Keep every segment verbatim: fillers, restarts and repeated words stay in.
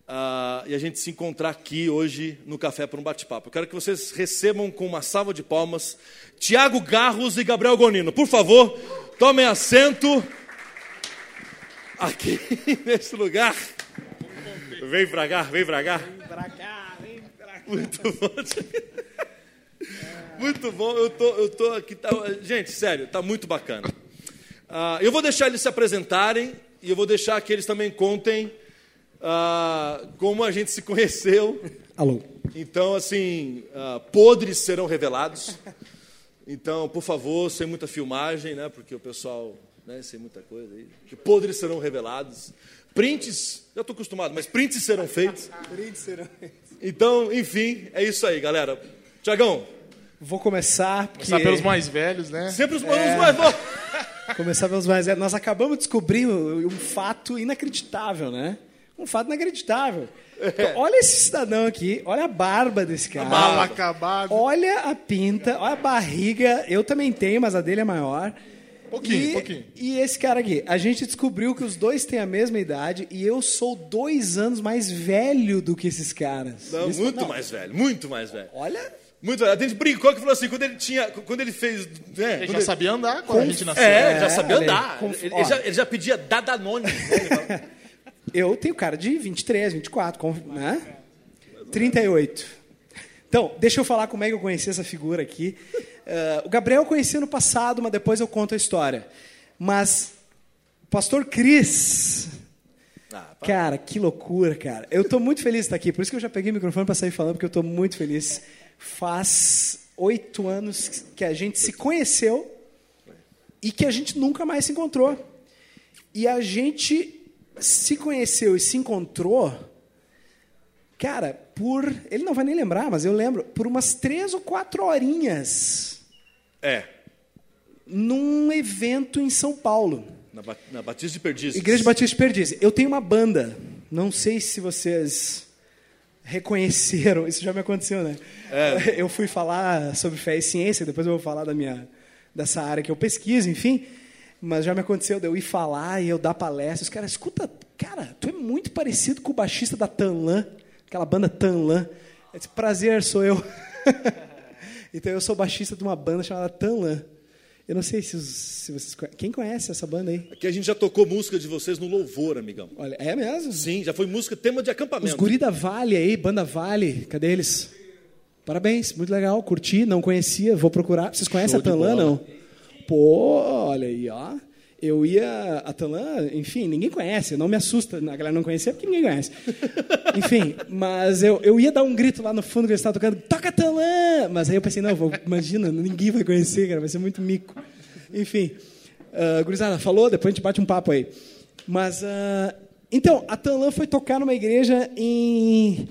uh, e a gente se encontrar aqui hoje no Café para um Bate-Papo. Eu quero que vocês recebam com uma salva de palmas Tiago Garros e Gabriel Gonino. Por favor, tomem assento aqui nesse lugar. Vem pra cá, vem pra cá. Vem pra cá, vem pra cá. Muito bom. Muito bom, eu tô, eu tô aqui. Tá, gente, sério, tá muito bacana. Uh, eu vou deixar eles se apresentarem e eu vou deixar que eles também contem uh, como a gente se conheceu. Alô. Então, assim, uh, podres serão revelados. Então, por favor, sem muita filmagem, né? Porque o pessoal, né, sem muita coisa aí. Que podres serão revelados. Prints, eu estou acostumado, mas prints serão feitos. Prints serão feitos. Então, enfim, é isso aí, galera. Tiagão. Vou começar... Porque... Começar pelos mais velhos, né? Sempre os, É... os mais novos. Começar pelos mais velhos. Nós acabamos de descobrir um, um fato inacreditável, né? Um fato inacreditável. É. Então, olha esse cidadão aqui, olha a barba desse cara. Mal acabado. Olha a pinta, olha a barriga. Eu também tenho, mas a dele é maior. Pouquinho, e, pouquinho. E esse cara aqui, a gente descobriu que os dois têm a mesma idade e eu sou dois anos mais velho do que esses caras. Não, Eles, muito não, mais velho, muito mais velho. Olha... Muito velho. A gente brincou que falou assim, quando ele tinha, quando ele fez... Né, Ele quando já ele... sabia andar quando Com... a gente nasceu. É, ele já É, sabia olha, andar. com- Ele, ó. ele já, ele já pedia Dadanone. Né? Eu tenho cara de vinte e três, vinte e quatro, com- né? trinta e oito. Então, deixa eu falar como é que eu conheci essa figura aqui. Uh, o Gabriel eu conheci no passado, mas depois eu conto a história. Mas, o pastor Cris... Ah, pá. Cara, que loucura, cara. Eu estou muito feliz de estar aqui, por isso que eu já peguei o microfone para sair falando, porque eu estou muito feliz. Faz oito anos que a gente se conheceu e que a gente nunca mais se encontrou. E a gente se conheceu e se encontrou, cara, por... Ele não vai nem lembrar, mas eu lembro. Por umas três ou quatro horinhas. É. Num evento em São Paulo. Na, ba na Batista de Perdizes. Igreja Batista de Perdizes. Eu tenho uma banda. Não sei se vocês reconheceram. Isso já me aconteceu, né? É. Eu fui falar sobre fé e ciência, depois eu vou falar da minha, dessa área que eu pesquiso, enfim. Mas já me aconteceu de eu ir falar e eu dar palestra. Os caras, escuta, cara, tu é muito parecido com o baixista da Tanlan, aquela banda Tanlan. Eu disse, prazer, sou eu. Então eu sou baixista de uma banda chamada Tanlan. Eu não sei se, os, se vocês conhecem. Quem conhece essa banda aí? Aqui a gente já tocou música de vocês no Louvor, amigão. Olha, é mesmo? Sim, já foi música, tema de acampamento. Os guri da Vale aí, banda Vale, cadê eles? Parabéns, muito legal, curti, não conhecia, vou procurar. Vocês conhecem Show a de Tanlan, bola. não? Pô, olha aí, ó. Eu ia... A Tanlan, enfim, ninguém conhece, não me assusta, a galera não conhecia porque ninguém conhece. Enfim, mas eu, eu ia dar um grito lá no fundo que eles estavam tocando, toca Tanlan! Mas aí eu pensei, não, vou, imagina, ninguém vai conhecer, cara, vai ser muito mico. Enfim, uh, gurizada, falou, depois a gente bate um papo aí. Mas, uh, então, a Tanlan foi tocar numa igreja em,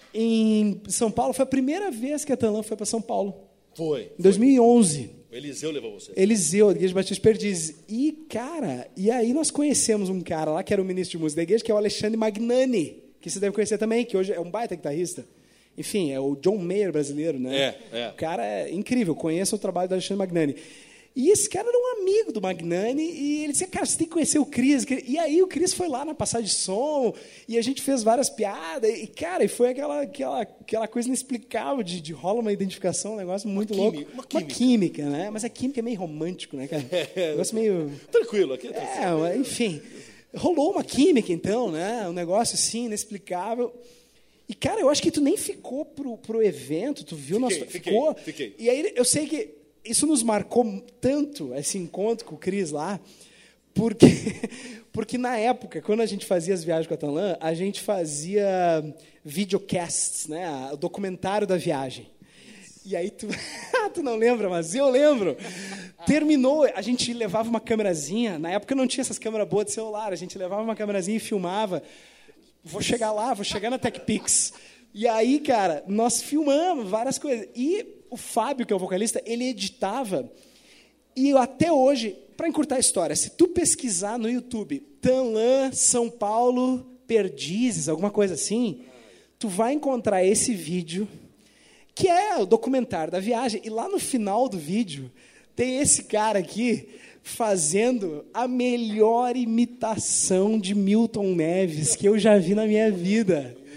em São Paulo, foi a primeira vez que a Tanlan foi para São Paulo. Foi. Em dois mil e onze. O Eliseu levou você. Eliseu, da Igreja Batista de Perdizes. E, cara, e aí nós conhecemos um cara lá, que era o ministro de música da igreja, que é o Alexandre Magnani, que você deve conhecer também, que hoje é um baita guitarrista. Enfim, é o John Mayer brasileiro, né? É, é. O cara é incrível, conheço o trabalho do Alexandre Magnani. E esse cara era um amigo do Magnani, e ele disse, cara, você tem que conhecer o Cris. E aí o Cris foi lá na passagem de som, e a gente fez várias piadas, e, cara, e foi aquela, aquela, aquela coisa inexplicável de, de rola uma identificação, um negócio muito química, louco. uma Uma química. química, né? Mas a química é meio romântico, né, cara? Um negócio meio... Tranquilo, aqui é tranquilo. É, enfim, rolou uma química, então, né? Um negócio assim, inexplicável. E, cara, eu acho que tu nem ficou pro, pro evento, tu viu? Fiquei, nosso... fiquei, ficou. fiquei. E aí eu sei que isso nos marcou tanto, esse encontro com o Cris lá, porque, porque na época, quando a gente fazia as viagens com a Tanlan, a gente fazia videocasts, né? O documentário da viagem. E aí tu, tu não lembra, mas eu lembro. Terminou, a gente levava uma câmerazinha, na época não tinha essas câmeras boas de celular, a gente levava uma câmerazinha e filmava. Vou chegar lá, vou chegar na TechPix. E aí, cara, nós filmamos várias coisas. E o Fábio, que é o vocalista, ele editava. E eu, até hoje, para encurtar a história, se tu pesquisar no YouTube, Tanlan, São Paulo, Perdizes, alguma coisa assim, tu vai encontrar esse vídeo, que é o documentário da viagem. E lá no final do vídeo, tem esse cara aqui fazendo a melhor imitação de Milton Neves que eu já vi na minha vida.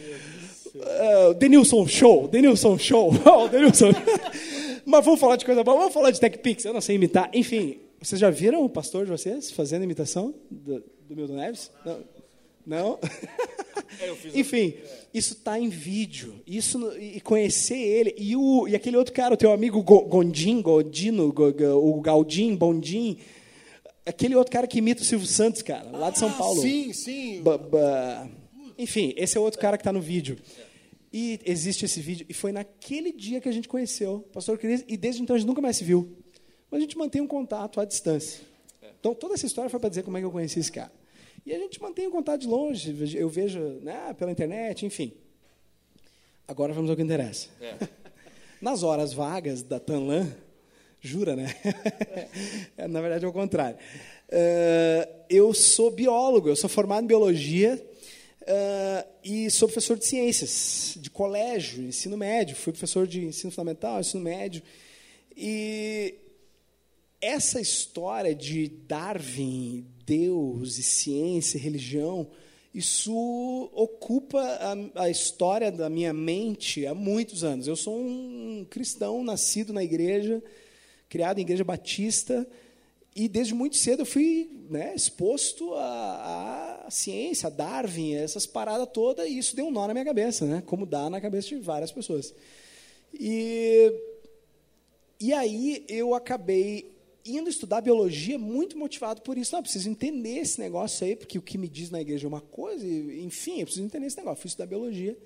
uh, Denilson Show, Denilson Show, oh, Denilson. Mas vamos falar de coisa boa, vamos falar de TechPix, eu não sei imitar. Enfim, vocês já viram o pastor de vocês fazendo imitação do, do Milton Neves? Não? Não? Enfim, isso está em vídeo. Isso, e conhecer ele. E, o, e aquele outro cara, o teu amigo Gondim, Godino, o Galdim, Bondim, aquele outro cara que imita o Silvio Santos, cara, lá de São ah, Paulo. Sim, sim. Ba, ba... Enfim, esse é outro cara que está no vídeo. E existe esse vídeo. E foi naquele dia que a gente conheceu o pastor Cris, e desde então a gente nunca mais se viu. Mas a gente mantém um contato à distância. Então, toda essa história foi para dizer como é que eu conheci esse cara. E a gente mantém o contato de longe, eu vejo né, pela internet, enfim. Agora vamos ao que interessa. É. Nas horas vagas da Tanlan, jura, né? Na verdade é o contrário. Uh, eu sou biólogo, eu sou formado em biologia uh, e sou professor de ciências, de colégio, ensino médio. Fui professor de ensino fundamental, ensino médio. E essa história de Darwin, Deus e ciência e religião, isso ocupa a, a história da minha mente há muitos anos. Eu sou um cristão nascido na igreja, criado em igreja batista, e desde muito cedo eu fui né, exposto à, à ciência, a Darwin, a essas paradas todas, e isso deu um nó na minha cabeça, né, como dá na cabeça de várias pessoas. E, e aí eu acabei indo estudar biologia muito motivado por isso. Não, eu preciso entender esse negócio aí, porque o que me diz na igreja é uma coisa, e, enfim, eu preciso entender esse negócio. Fui estudar biologia.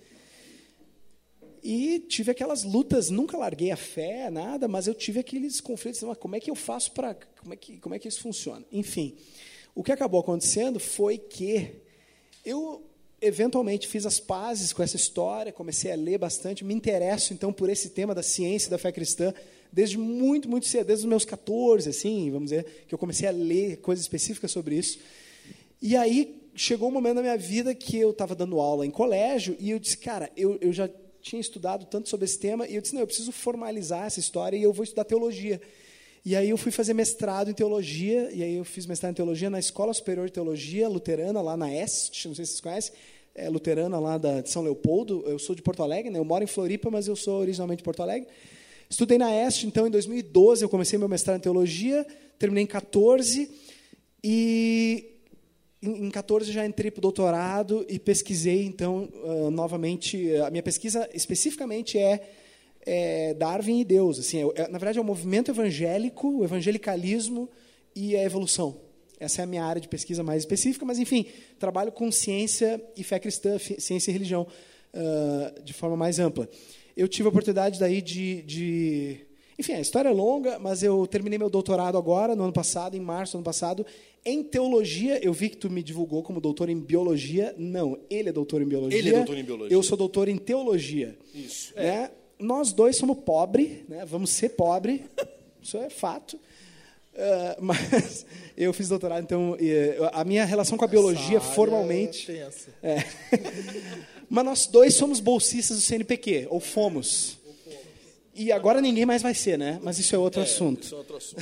E tive aquelas lutas, nunca larguei a fé, nada, mas eu tive aqueles conflitos, como é que eu faço para... Como é que, como é que isso funciona? Enfim, o que acabou acontecendo foi que eu, eventualmente, fiz as pazes com essa história, comecei a ler bastante, me interesso, então, por esse tema da ciência e da fé cristã, desde muito, muito cedo, desde os meus catorze, assim, vamos dizer, que eu comecei a ler coisas específicas sobre isso. E aí chegou um momento na minha vida que eu estava dando aula em colégio e eu disse, cara, eu, eu já tinha estudado tanto sobre esse tema e eu disse, não, eu preciso formalizar essa história e eu vou estudar teologia. E aí eu fui fazer mestrado em teologia, e aí eu fiz mestrado em teologia na Escola Superior de Teologia Luterana, lá na Est, não sei se vocês conhecem, é luterana lá da, de São Leopoldo. Eu sou de Porto Alegre, né? Eu moro em Floripa, mas eu sou originalmente de Porto Alegre. Estudei na Est, então, em dois mil e doze, eu comecei meu mestrado em teologia, terminei em catorze, e em catorze já entrei para o doutorado e pesquisei, então, uh, novamente, a minha pesquisa especificamente é, é Darwin e Deus. Assim, é, é, na verdade, é o movimento evangélico, o evangelicalismo e a evolução. Essa é a minha área de pesquisa mais específica, mas, enfim, trabalho com ciência e fé cristã, ciência e religião, uh, de forma mais ampla. Eu tive a oportunidade daí de, de... Enfim, a história é longa, mas eu terminei meu doutorado agora, no ano passado, em março do ano passado, em teologia. Eu vi que tu me divulgou como doutor em biologia. Não, ele é doutor em biologia. Ele é doutor em biologia. Eu sou doutor em teologia. Isso. Né? É. Nós dois somos pobres, né? Vamos ser pobres, isso é fato. Uh, mas eu fiz doutorado, então uh, a minha relação com a biologia, formalmente... É é. Mas nós dois somos bolsistas do C N P Q, ou fomos. E agora ninguém mais vai ser, né? Mas isso é outro é, assunto. Isso é outro assunto.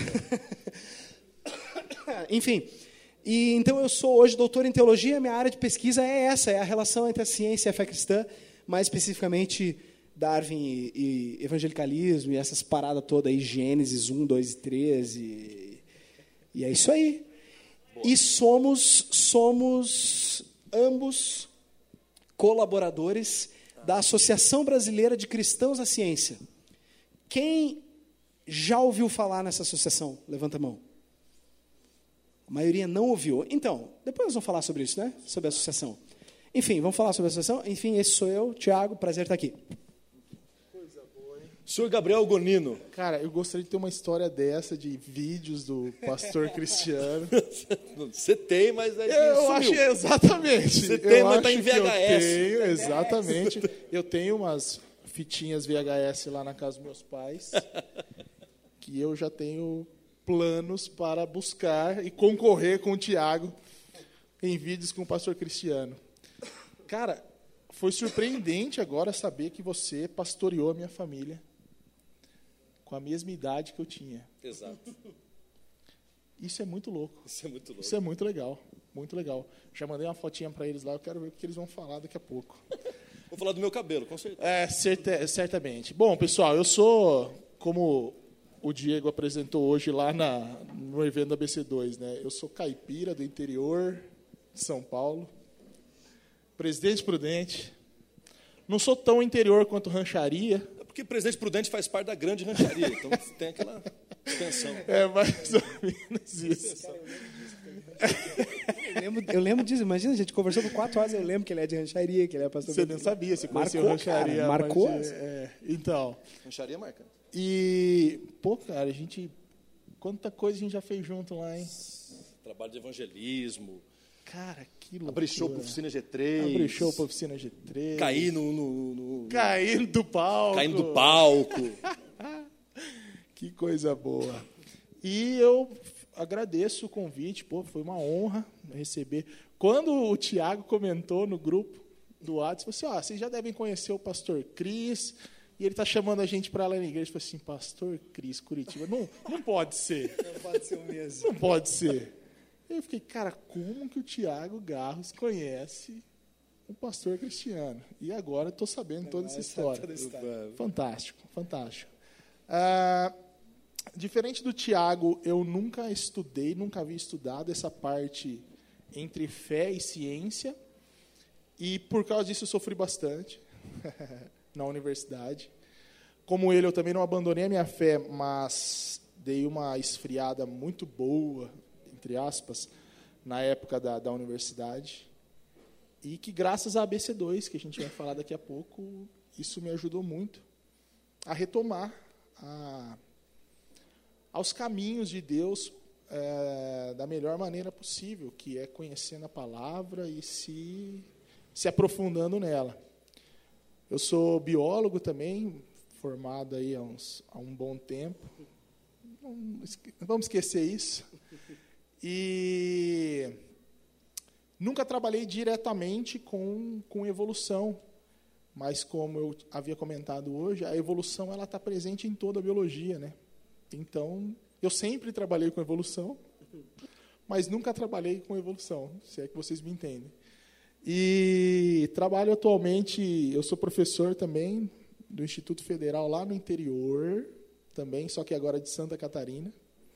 Enfim, e, então eu sou hoje doutor em teologia, minha área de pesquisa é essa, é a relação entre a ciência e a fé cristã, mais especificamente Darwin e, e evangelicalismo, e essas paradas todas aí, Gênesis um, dois e três, e, e é isso aí. Boa. E somos, somos ambos colaboradores da Associação Brasileira de Cristãos na Ciência. Quem já ouviu falar nessa associação? Levanta a mão. A maioria não ouviu. Então, depois nós vamos falar sobre isso, né? Sobre a associação. Enfim, vamos falar sobre a associação. Enfim, esse sou eu, Tiago, prazer estar aqui. Coisa boa, hein? Senhor Gabriel Gonino. Cara, eu gostaria de ter uma história dessa, de vídeos do pastor Cristiano. Você tem, mas é Eu sumiu. acho exatamente. Você tem, eu mas está acho em V H S. Eu tenho, exatamente. Eu tenho umas fitinhas V H S lá na casa dos meus pais, que eu já tenho planos para buscar e concorrer com o Tiago em vídeos com o pastor Cristiano. Cara, foi surpreendente agora saber que você pastoreou a minha família com a mesma idade que eu tinha. Exato. Isso é muito louco. Isso é muito louco. Isso é muito legal. Muito legal. Já mandei uma fotinha para eles lá, eu quero ver o que eles vão falar daqui a pouco. Vou falar do meu cabelo, com certeza. É, certe- certamente. Bom, pessoal, eu sou, como o Diego apresentou hoje lá na, no evento da B C dois, né? Eu sou caipira do interior de São Paulo, Presidente Prudente. Não sou tão interior quanto Rancharia. É porque Presidente Prudente faz parte da grande rancharia, então tem aquela extensão. É mais ou menos isso. Eu lembro, eu lembro disso, imagina, a gente conversou por quatro horas, eu lembro que ele é de rancharia, que ele é pastor. Você não sabia, você conheceu Marcou, Rancharia. cara, marcou. mas, é, então, Rancharia marcante. e, pô, cara, a gente, quanta coisa a gente já fez junto lá, hein? Trabalho de evangelismo, Cara, que loucura. abrir show para oficina G três. Abrir show para oficina G três. Cair no, no, no- Caindo do palco. Caindo do palco. Que coisa boa. E eu agradeço o convite, pô, foi uma honra receber. Quando o Tiago comentou no grupo do WhatsApp, falou assim, ó, vocês já devem conhecer o pastor Cris, e ele está chamando a gente para lá na igreja. Eu falei assim, pastor Cris, Curitiba, não, não pode ser. Não pode ser o mesmo. Não pode ser. Eu fiquei, cara, como que o Tiago Garros conhece um pastor cristiano? E agora estou sabendo toda essa história. Toda a história. Fantástico, fantástico. Ah, diferente do Tiago, eu nunca estudei, nunca havia estudado essa parte entre fé e ciência. E por causa disso eu sofri bastante na universidade. Como ele, eu também não abandonei a minha fé, mas dei uma esfriada muito boa, entre aspas, na época da, da universidade. E que graças à A B C dois, que a gente vai falar daqui a pouco, isso me ajudou muito a retomar a, aos caminhos de Deus é, da melhor maneira possível, que é conhecendo a palavra e se, se aprofundando nela. Eu sou biólogo também, formado aí há, uns, há um bom tempo. Não vamos esquecer isso. E nunca trabalhei diretamente com, com evolução, mas como eu havia comentado hoje, a evolução ela está presente em toda a biologia, né? Então, eu sempre trabalhei com evolução, mas nunca trabalhei com evolução, se é que vocês me entendem. E trabalho atualmente, eu sou professor também do Instituto Federal lá no interior, também, só que agora de Santa Catarina.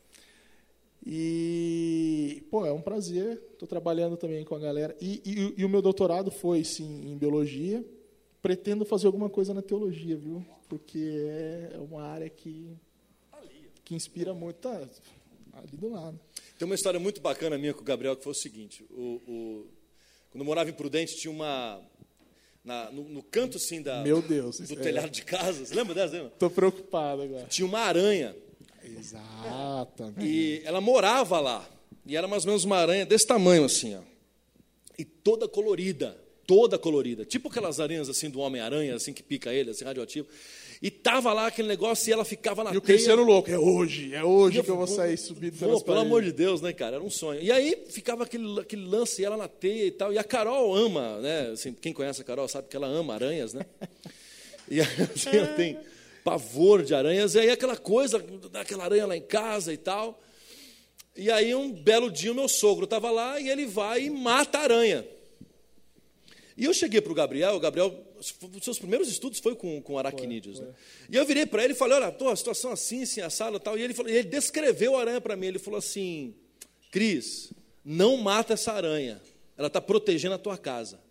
E, pô, é um prazer. Estou trabalhando também com a galera. E, e, e o meu doutorado foi, sim, em biologia. Pretendo fazer alguma coisa na teologia, viu? Porque é uma área que, que inspira muito. Tá ali do lado. Tem uma história muito bacana minha com o Gabriel, que foi o seguinte. O, o, quando eu morava em Prudente, tinha uma... Na, no, no canto, assim, da, meu Deus, do é. telhado de casa. Você lembra dessa? Estou preocupado agora. Tinha uma aranha. Exatamente. E ela morava lá. E era mais ou menos uma aranha desse tamanho, assim, ó. E toda colorida. Toda colorida. Tipo aquelas aranhas, assim, do Homem-Aranha, assim, que pica ele, assim, radioativo. E tava lá aquele negócio e ela ficava na E o teia. Cristiano louco, é hoje, é hoje eu, que eu vou sair subindo pelas Pô, pelo paredes. amor de Deus, né, cara? Era um sonho. E aí ficava aquele, aquele lance, e ela na teia e tal. E a Carol ama, né? Assim, quem conhece a Carol sabe que ela ama aranhas, né? E aí, assim, ela tem pavor de aranhas. E aí aquela coisa, daquela aranha lá em casa e tal. E aí um belo dia o meu sogro estava lá e ele vai e mata a aranha. E eu cheguei para o Gabriel, o Gabriel, os seus primeiros estudos foi com, com aracnídeos. Foi, foi. Né? E eu virei para ele e falei, olha, tô, a situação assim, assim, a sala e tal. E ele, falou, e ele descreveu a aranha para mim. Ele falou assim, Cris, não mata essa aranha. Ela está protegendo a tua casa.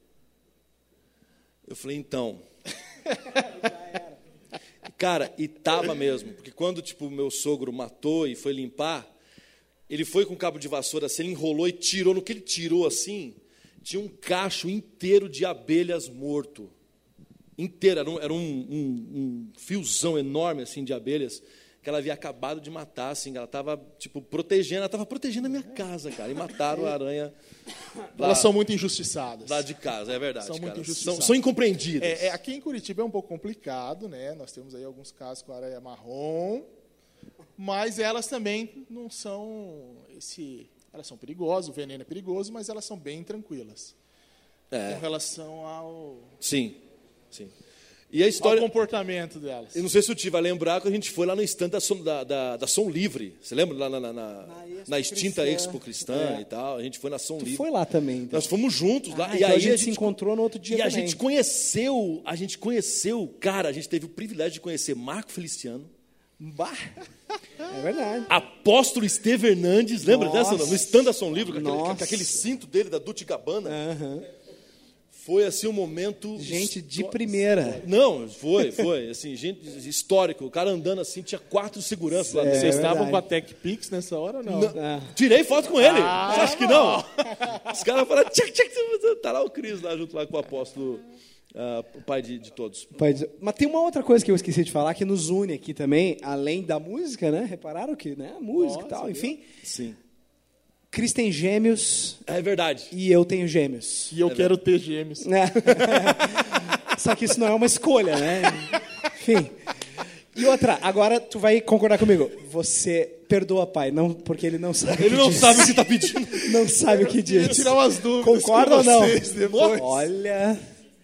Eu falei, então... Cara, e tava mesmo. Porque quando tipo, o meu sogro matou e foi limpar, ele foi com o cabo de vassoura assim, ele enrolou e tirou. No que ele tirou assim... Tinha um cacho inteiro de abelhas morto. Inteiro. Era, um, era um, um, um fiozão enorme assim, de abelhas que ela havia acabado de matar. Assim, ela estava tipo, protegendo, ela estava protegendo a minha casa, cara. E mataram a aranha. Lá, elas são muito injustiçadas. Lá de casa, é verdade. São cara. muito injustiçadas. São, são incompreendidas. É, é, aqui em Curitiba é um pouco complicado, né? Nós temos aí alguns casos com a aranha marrom, mas elas também não são esse... Elas são perigosas, o veneno é perigoso, mas elas são bem tranquilas. É. Com relação ao... Sim, sim. E a história... Olha o comportamento delas. Eu não sei se o Ti vai lembrar que a gente foi lá no stand da Som, da, da, da Som Livre. Você lembra? Lá na, na, na, na, na extinta Cristã. Expo Cristã É. e tal. A gente foi na Som Tu Livre. foi lá também. Então. Nós fomos juntos lá. Ah, e então aí a gente se encontrou no outro dia E a também. gente conheceu, a gente conheceu, cara, a gente teve o privilégio de conhecer Marco Feliciano. Bah. É verdade. Apóstolo Estevão Hernandes, lembra Nossa. dessa? No stand da Som Livre, com aquele, Nossa. com aquele cinto dele da Dolce and Gabbana. Aham. Foi assim um momento... Gente de histó- primeira. Não, foi, foi. Assim, gente histórico. O cara andando assim, tinha quatro seguranças lá É, dentro. Vocês estavam verdade. com a Tech Pix nessa hora ou não? Não. Ah. Tirei foto com ele. Ah, Você acha que não? Os caras falaram, tchac, tchac, tchac, tá lá o Cris, lá junto lá com o apóstolo, ah, o pai de, de todos. Pode- Mas tem uma outra coisa que eu esqueci de falar que nos une aqui também, além da música, né? Repararam que, né? Música e tal, Nossa, enfim. Sim. Cris tem gêmeos É verdade. e eu tenho gêmeos. E eu quero ter gêmeos. Né? Só que isso não é uma escolha, né? Enfim. E outra, agora tu vai concordar comigo. Você perdoa pai, não, porque ele não sabe o Ele que não diz. sabe o que está pedindo. Não sabe o que Queria diz. tirar umas dúvidas Concorda com ou não? vocês depois. Olha...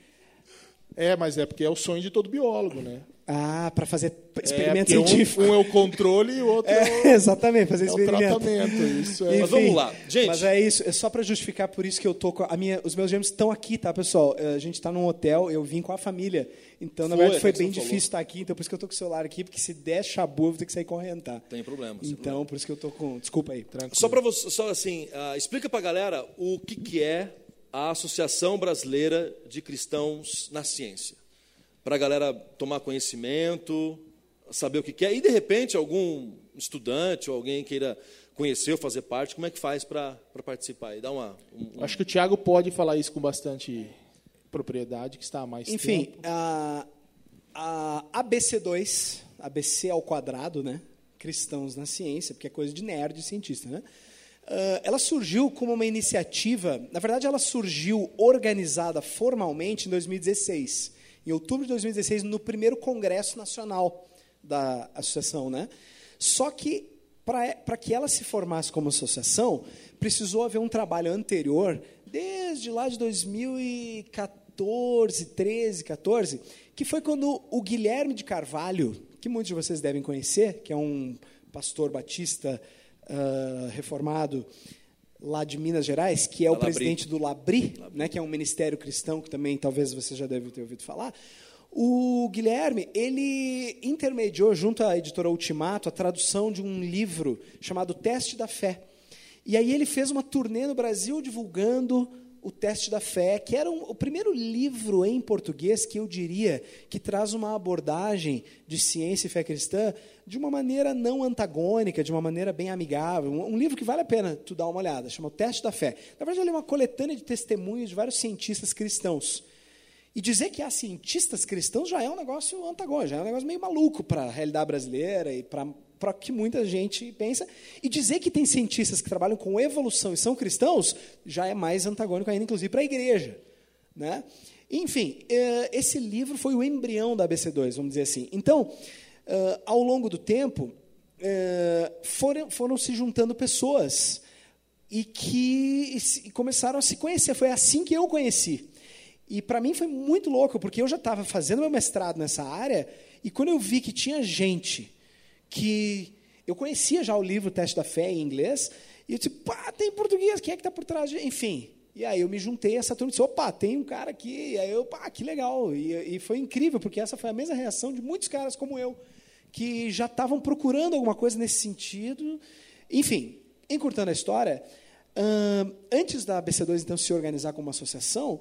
É, mas é porque é o sonho de todo biólogo, né? Ah, para fazer É, experimento porque um- científico. Um, é o controle e o outro é, É, exatamente, fazer o, é o experimento. tratamento. Isso é. Mas vamos lá. Gente. Mas é isso, é só para justificar por isso que eu tô com a minha, os meus gêmeos estão aqui, tá, pessoal? A gente está num hotel, eu vim com a família. Então, na Foi, verdade, foi até que bem você difícil estar aqui, então por isso que eu tô com o celular aqui, porque se der chabu, eu vou ter que sair correndo, tá? Tem problema. sem Então, problema. por isso que eu tô com, desculpa aí. Só para você, só assim, ah, explica para a galera o que, que é a Associação Brasileira de Cristãos na Ciência. Para a galera tomar conhecimento, saber o que, que é. E, de repente, algum estudante ou alguém queira conhecer ou fazer parte, como é que faz para participar? E dá uma, um, um... Acho que o Thiago pode falar isso com bastante propriedade, que está há mais Enfim, tempo. a, a A B C dois, A B C ao quadrado, né? Cristãos na Ciência, porque é coisa de nerd e cientista, né? Uh, ela surgiu como uma iniciativa, na verdade ela surgiu organizada formalmente em dois mil e dezesseis, em outubro de dois mil e dezesseis, no primeiro Congresso Nacional da Associação, né? Só que, para que ela se formasse como associação, precisou haver um trabalho anterior, desde lá de dois mil e quatorze, treze, quatorze, que foi quando o Guilherme de Carvalho, que muitos de vocês devem conhecer, que é um pastor batista uh, reformado lá de Minas Gerais, que é o Da Labri. presidente do Labri, né, que é um ministério cristão, que também talvez você já deve ter ouvido falar. O Guilherme, ele intermediou junto à editora Ultimato a tradução de um livro chamado Teste da Fé. E aí ele fez uma turnê no Brasil divulgando o Teste da Fé, que era um, o primeiro livro em português que eu diria que traz uma abordagem de ciência e fé cristã de uma maneira não antagônica, de uma maneira bem amigável. Um, um livro que vale a pena tu dar uma olhada, chama O Teste da Fé. Na verdade, ele é uma coletânea de testemunhos de vários cientistas cristãos. E dizer que há cientistas cristãos já é um negócio antagônico, já é um negócio meio maluco para a realidade brasileira e para para o que muita gente pensa. E dizer que tem cientistas que trabalham com evolução e são cristãos já é mais antagônico ainda, inclusive, para a igreja, né? Enfim, esse livro foi o embrião da A B C dois, vamos dizer assim. Então, ao longo do tempo, foram, foram se juntando pessoas e que começaram a se conhecer. Foi assim que eu conheci. E para mim foi muito louco, porque eu já estava fazendo meu mestrado nessa área, e quando eu vi que tinha gente que... Eu conhecia já o livro Teste da Fé em inglês, e eu disse, pá, tem em português, quem é que está por trás? De... Enfim, e aí eu me juntei a essa turma e disse, opa, tem um cara aqui, e aí eu, pá, que legal. E, e foi incrível, porque essa foi a mesma reação de muitos caras como eu, que já estavam procurando alguma coisa nesse sentido. Enfim, encurtando a história, hum, antes da A B C dois, então, se organizar como uma associação,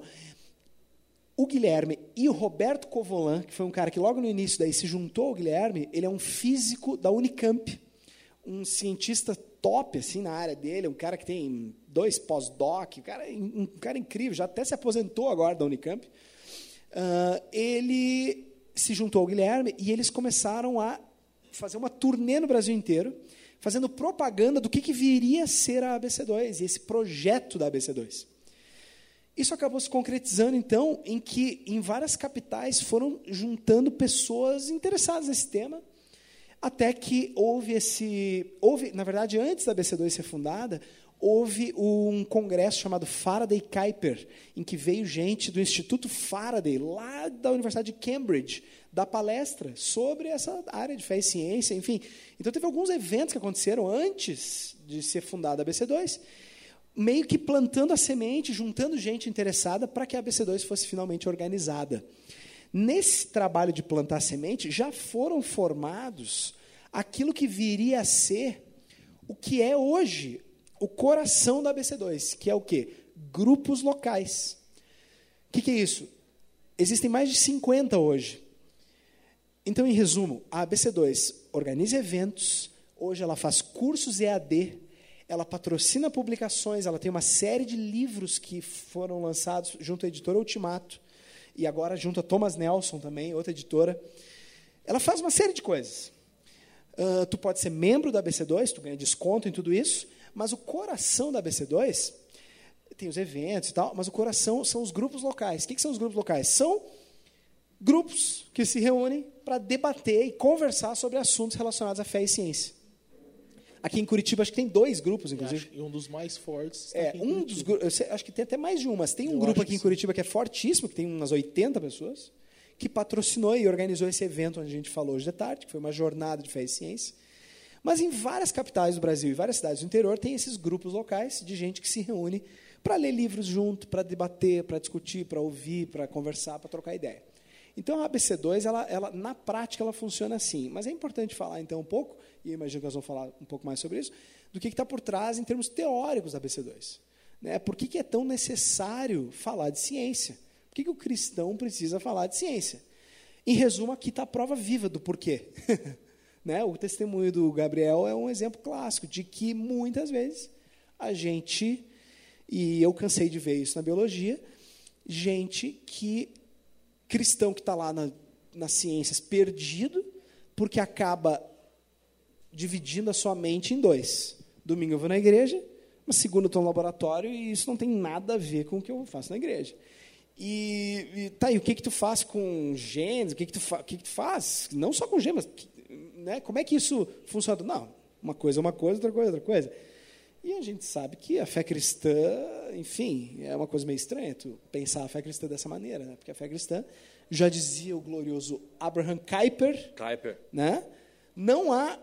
o Guilherme e o Roberto Covolan, que foi um cara que logo no início daí se juntou ao Guilherme, ele é um físico da Unicamp, um cientista top assim, na área dele, um cara que tem dois pós-doc, um cara, um cara incrível, já até se aposentou agora da Unicamp. Uh, ele se juntou ao Guilherme e eles começaram a fazer uma turnê no Brasil inteiro, fazendo propaganda do que, que viria a ser a A B C dois, e esse projeto da A B C dois. Isso acabou se concretizando, então, em que, em várias capitais, foram juntando pessoas interessadas nesse tema, até que houve esse... Houve, na verdade, antes da A B C dois ser fundada, houve um congresso chamado Faraday Kuiper, em que veio gente do Instituto Faraday, lá da Universidade de Cambridge, dar palestra sobre essa área de fé e ciência, enfim. Então, teve alguns eventos que aconteceram antes de ser fundada a A B C dois, meio que plantando a semente, juntando gente interessada para que a A B C dois fosse finalmente organizada. Nesse trabalho de plantar semente, já foram formados aquilo que viria a ser o que é hoje o coração da A B C dois, que é o quê? Grupos locais. O que, que é isso? Existem mais de cinquenta hoje. Então, em resumo, a A B C dois organiza eventos, hoje ela faz cursos E A D, ela patrocina publicações, ela tem uma série de livros que foram lançados junto à editora Ultimato, e agora junto a Thomas Nelson também, outra editora. Ela faz uma série de coisas. Uh, tu pode ser membro da A B C dois, tu ganha desconto em tudo isso, mas o coração da A B C dois tem os eventos e tal, mas o coração são os grupos locais. O que, que são os grupos locais? São grupos que se reúnem para debater e conversar sobre assuntos relacionados à fé e ciência. Aqui em Curitiba, acho que tem dois grupos, inclusive. E um dos mais fortes está é, aqui em um Curitiba. dos, eu sei, acho que tem até mais de um, mas tem um Eu grupo acho aqui em que Curitiba que é fortíssimo, que tem umas oitenta pessoas, que patrocinou e organizou esse evento onde a gente falou hoje de tarde, que foi uma jornada de fé e ciência. Mas em várias capitais do Brasil e várias cidades do interior tem esses grupos locais de gente que se reúne para ler livros junto, para debater, para discutir, para ouvir, para conversar, para trocar ideia. Então, a A B C dois, ela, ela, na prática, ela funciona assim. Mas é importante falar, então, um pouco, e eu imagino que nós vamos falar um pouco mais sobre isso, do que está por trás em termos teóricos da A B C dois. Né? Por que, que é tão necessário falar de ciência? Por que, que o cristão precisa falar de ciência? Em resumo, aqui está a prova viva do porquê. Né? O testemunho do Gabriel é um exemplo clássico de que, muitas vezes, a gente, e eu cansei de ver isso na biologia, gente que, cristão que está lá na, nas ciências, perdido, porque acaba dividindo a sua mente em dois. Domingo eu vou na igreja, mas segunda eu estou no laboratório, e isso não tem nada a ver com o que eu faço na igreja. E, e tá, e o que que tu faz com genes? O que que tu, fa, o que que tu faz? Não só com genes, mas né, como é que isso funciona? Não, uma coisa é uma coisa, outra coisa é outra coisa. E a gente sabe que a fé cristã, enfim, é uma coisa meio estranha tu pensar a fé cristã dessa maneira, né? Porque a fé cristã, já dizia o glorioso Abraham Kuyper, Kuyper. Né? Não há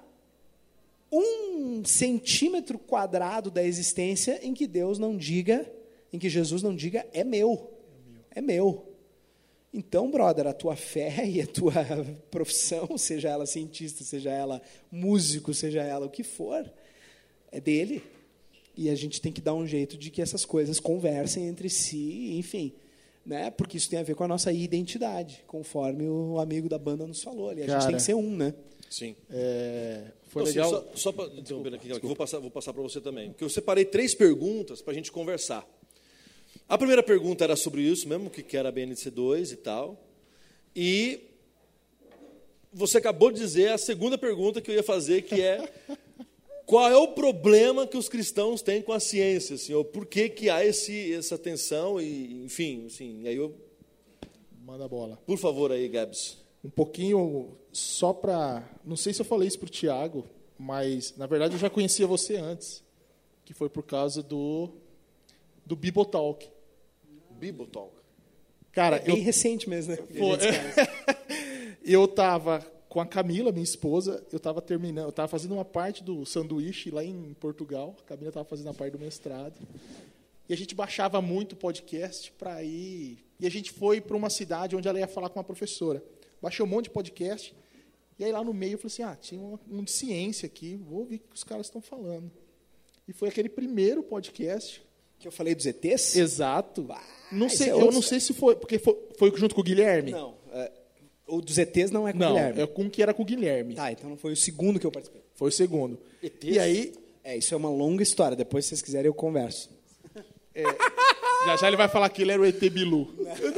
um centímetro quadrado da existência em que Deus não diga, em que Jesus não diga, é meu. É meu. Então, brother, a tua fé e a tua profissão, seja ela cientista, seja ela músico, seja ela o que for, é dele. E a gente tem que dar um jeito de que essas coisas conversem entre si, enfim, né? Porque isso tem a ver com a nossa identidade, conforme o amigo da banda nos falou ali. A Cara, gente tem que ser um, né? Sim. É, foi Não, legal. sim, só só para interromper aqui, que eu vou passar, vou passar para você também. Porque eu separei três perguntas para a gente conversar. A primeira pergunta era sobre isso mesmo, o que era a B N C dois e tal. E você acabou de dizer a segunda pergunta que eu ia fazer, que é qual é o problema que os cristãos têm com a ciência, senhor? Por que, que há esse, essa tensão? E, enfim, assim, aí eu... Manda a bola. Por favor aí, Gabs. Um pouquinho, só para... Não sei se eu falei isso para o Tiago, mas, na verdade, eu já conhecia você antes, que foi por causa do, do Bibotalk. Bibotalk. Cara, É bem eu, recente mesmo, né? Foi. Eu estava com a Camila, minha esposa, eu estava terminando, eu estava fazendo uma parte do sanduíche lá em Portugal, a Camila estava fazendo a parte do mestrado, e a gente baixava muito podcast para ir, e a gente foi para uma cidade onde ela ia falar com uma professora. Baixei um monte de podcast, e aí lá no meio eu falei assim, ah, tinha um, um de ciência aqui, vou ouvir o que os caras estão falando. E foi aquele primeiro podcast... Que eu falei dos E Tês? Exato. Ah, não sei, é eu outro... não sei se foi, porque foi, foi junto com o Guilherme. Não, é, o dos E Tês não é com Não, o Guilherme. é com que era com o Guilherme. Tá, então não foi o segundo que eu participei. Foi o segundo. E Tês? E aí, É, isso é uma longa história, depois se vocês quiserem eu converso. é, já já ele vai falar que ele era o E T Bilu.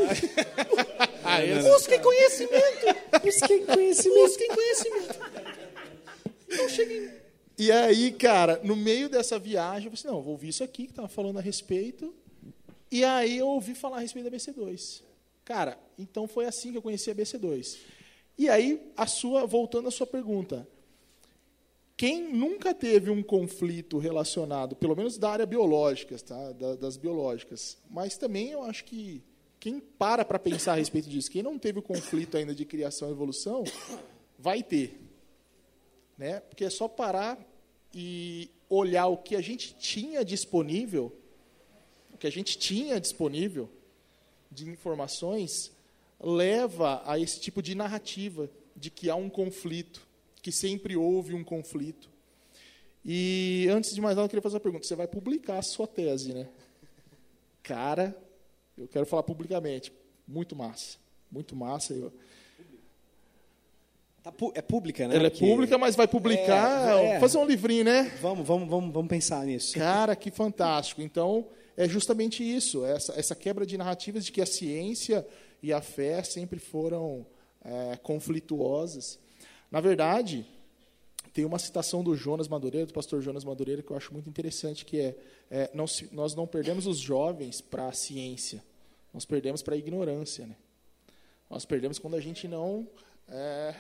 Ah, esse- Busquem conhecimento! Busquem conhecimento! Busquem conhecimento! Então cheguei. E aí, cara, no meio dessa viagem, eu falei assim, não, eu vou ouvir isso aqui que estava falando a respeito. E aí eu ouvi falar a respeito da B C dois. Cara, então foi assim que eu conheci a B C dois. E aí, a sua, voltando à sua pergunta, Quem nunca teve um conflito relacionado, pelo menos da área biológica, tá? da, das biológicas, mas também eu acho que quem para para pensar a respeito disso, quem não teve o conflito ainda de criação e evolução, vai ter. Né? Porque é só parar e olhar o que a gente tinha disponível, o que a gente tinha disponível de informações, leva a esse tipo de narrativa de que há um conflito, que sempre houve um conflito. E, antes de mais nada, eu queria fazer uma pergunta. Você vai publicar a sua tese, né? Cara, eu quero falar publicamente. Muito massa. Muito massa. Eu... É pública, né? Ela é Porque... pública, mas vai publicar... É, é. Fazer um livrinho, né? Vamos, vamos, vamos, vamos pensar nisso. Cara, que fantástico. Então, é justamente isso. Essa, essa quebra de narrativas de que a ciência e a fé sempre foram é, conflituosas. Na verdade, tem uma citação do Jonas Madureira, do pastor Jonas Madureira, que eu acho muito interessante, que é, é não, nós não perdemos os jovens para a ciência, nós perdemos para a ignorância. Né? Nós perdemos quando a gente não... É,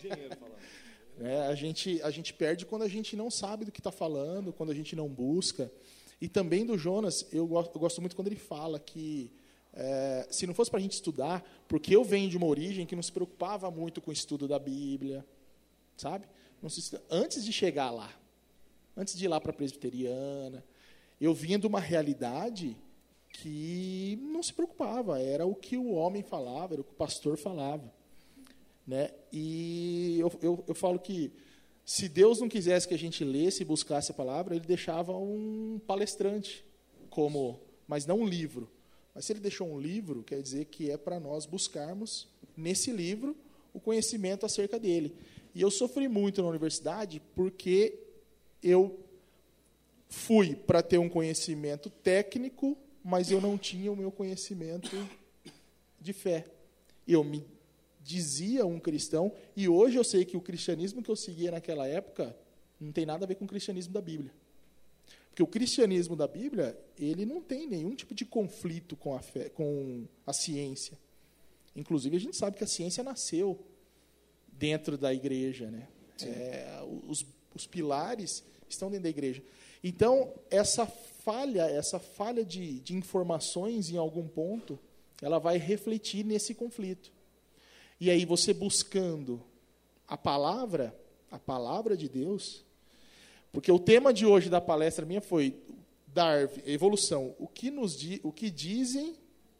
é, a, gente, a gente perde quando a gente não sabe do que está falando, quando a gente não busca. E também do Jonas, eu gosto, eu gosto muito quando ele fala que, é, se não fosse para a gente estudar, porque eu venho de uma origem que não se preocupava muito com o estudo da Bíblia, sabe? Não se, antes de chegar lá, antes de ir lá para a presbiteriana, eu vinha de uma realidade que não se preocupava, era o que o homem falava, era o que o pastor falava. Né? E eu, eu, eu falo que, se Deus não quisesse que a gente lesse e buscasse a palavra, Ele deixava um palestrante, como, mas não um livro. Mas se Ele deixou um livro, quer dizer que é para nós buscarmos, nesse livro, o conhecimento acerca dele. E eu sofri muito na universidade porque eu fui para ter um conhecimento técnico, mas eu não tinha o meu conhecimento de fé. Eu me dizia um cristão, e hoje eu sei que o cristianismo que eu seguia naquela época não tem nada a ver com o cristianismo da Bíblia. Porque o cristianismo da Bíblia, ele não tem nenhum tipo de conflito com a fé, com a ciência. Inclusive, a gente sabe que a ciência nasceu dentro da igreja, né? É, os, os pilares estão dentro da igreja. Então, essa falha, essa falha de, de informações em algum ponto, ela vai refletir nesse conflito. E aí, você buscando a palavra, a palavra de Deus, porque o tema de hoje da palestra minha foi Darwin, evolução. O que nos di, o que dizem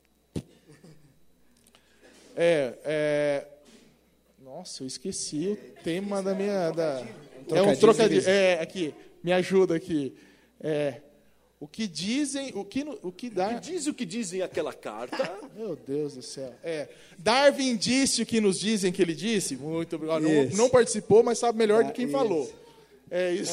é, é nossa, eu esqueci o tema da minha da é um trocadilho, é aqui, me ajuda aqui. É, o que dizem, o que o que dá? O que diz o que dizem aquela carta? Meu Deus do céu. É, Darwin disse o que nos dizem que ele disse. Muito obrigado. Não, não participou, mas sabe melhor do que quem isso. falou. É isso.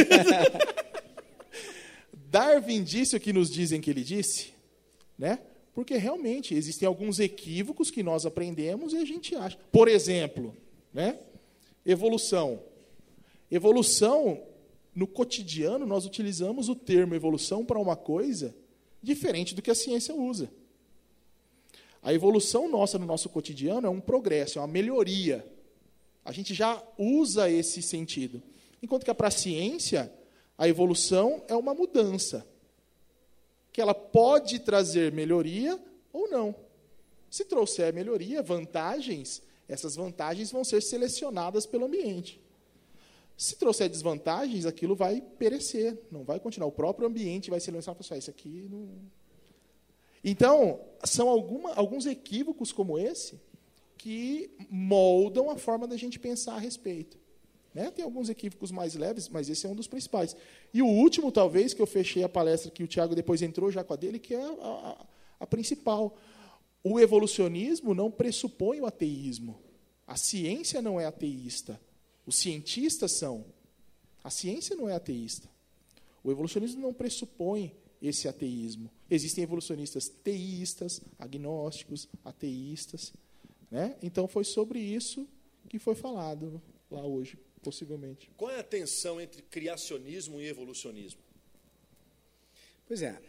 Darwin disse o que nos dizem que ele disse, né? Porque realmente existem alguns equívocos que nós aprendemos e a gente acha. Por exemplo, né? Evolução. Evolução, no cotidiano, nós utilizamos o termo evolução para uma coisa diferente do que a ciência usa. A evolução nossa no nosso cotidiano é um progresso, é uma melhoria. A gente já usa esse sentido. Enquanto que para a ciência, a evolução é uma mudança. Que ela pode trazer melhoria ou não. Se trouxer melhoria, vantagens, essas vantagens vão ser selecionadas pelo ambiente. Se trouxer desvantagens, aquilo vai perecer, não vai continuar. O próprio ambiente vai selecionar, pessoal, isso aqui não... Então, são alguma, alguns equívocos como esse que moldam a forma da gente pensar a respeito. Né? Tem alguns equívocos mais leves, mas esse é um dos principais. E o último, talvez, que eu fechei a palestra, que o Tiago depois entrou já com a dele, que é a, a, a principal. O evolucionismo não pressupõe o ateísmo. A ciência não é ateísta. Os cientistas são. A ciência não é ateísta. O evolucionismo não pressupõe esse ateísmo. Existem evolucionistas teístas, agnósticos, ateístas. Né? Então, foi sobre isso que foi falado lá hoje, possivelmente. Qual é a tensão entre criacionismo e evolucionismo? Pois é.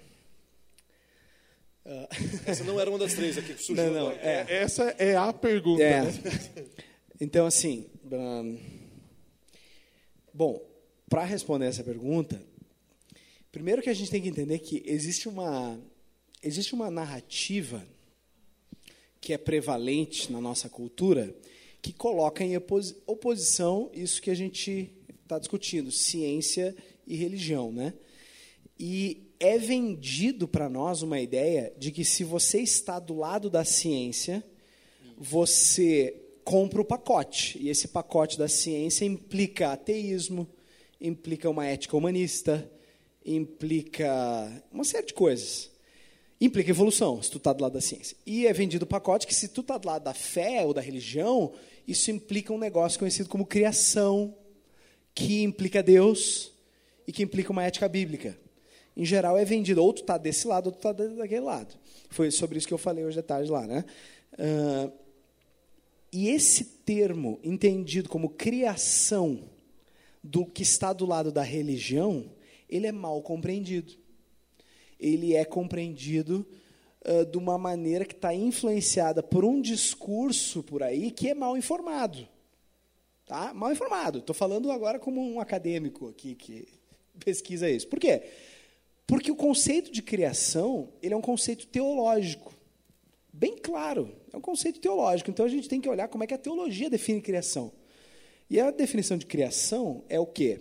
Uh... Essa não era uma das três aqui que surgiu. Não, não, é. Essa é a pergunta. É. Né? Então, assim... Um... Bom, para responder essa pergunta, primeiro que a gente tem que entender que existe uma, existe uma narrativa que é prevalente na nossa cultura, que coloca em opos, oposição isso que a gente está discutindo, ciência e religião, né? E é vendido para nós uma ideia de que se você está do lado da ciência, você compra o pacote. E esse pacote da ciência implica ateísmo, implica uma ética humanista, implica uma série de coisas. Implica evolução, se tu está do lado da ciência. E é vendido o pacote que se tu está do lado da fé ou da religião, isso implica um negócio conhecido como criação, que implica Deus e que implica uma ética bíblica. Em geral, é vendido, ou tu está desse lado, ou tu está daquele lado. Foi sobre isso que eu falei hoje à tarde lá, né? Uh, e esse termo, entendido como criação do que está do lado da religião, ele é mal compreendido. Ele é compreendido uh, de uma maneira que está influenciada por um discurso por aí que é mal informado. Tá? Mal informado. Estou falando agora como um acadêmico aqui que pesquisa isso. Por quê? Porque o conceito de criação, ele é um conceito teológico. Bem claro, é um conceito teológico. Então, a gente tem que olhar como é que a teologia define criação. E a definição de criação é o quê?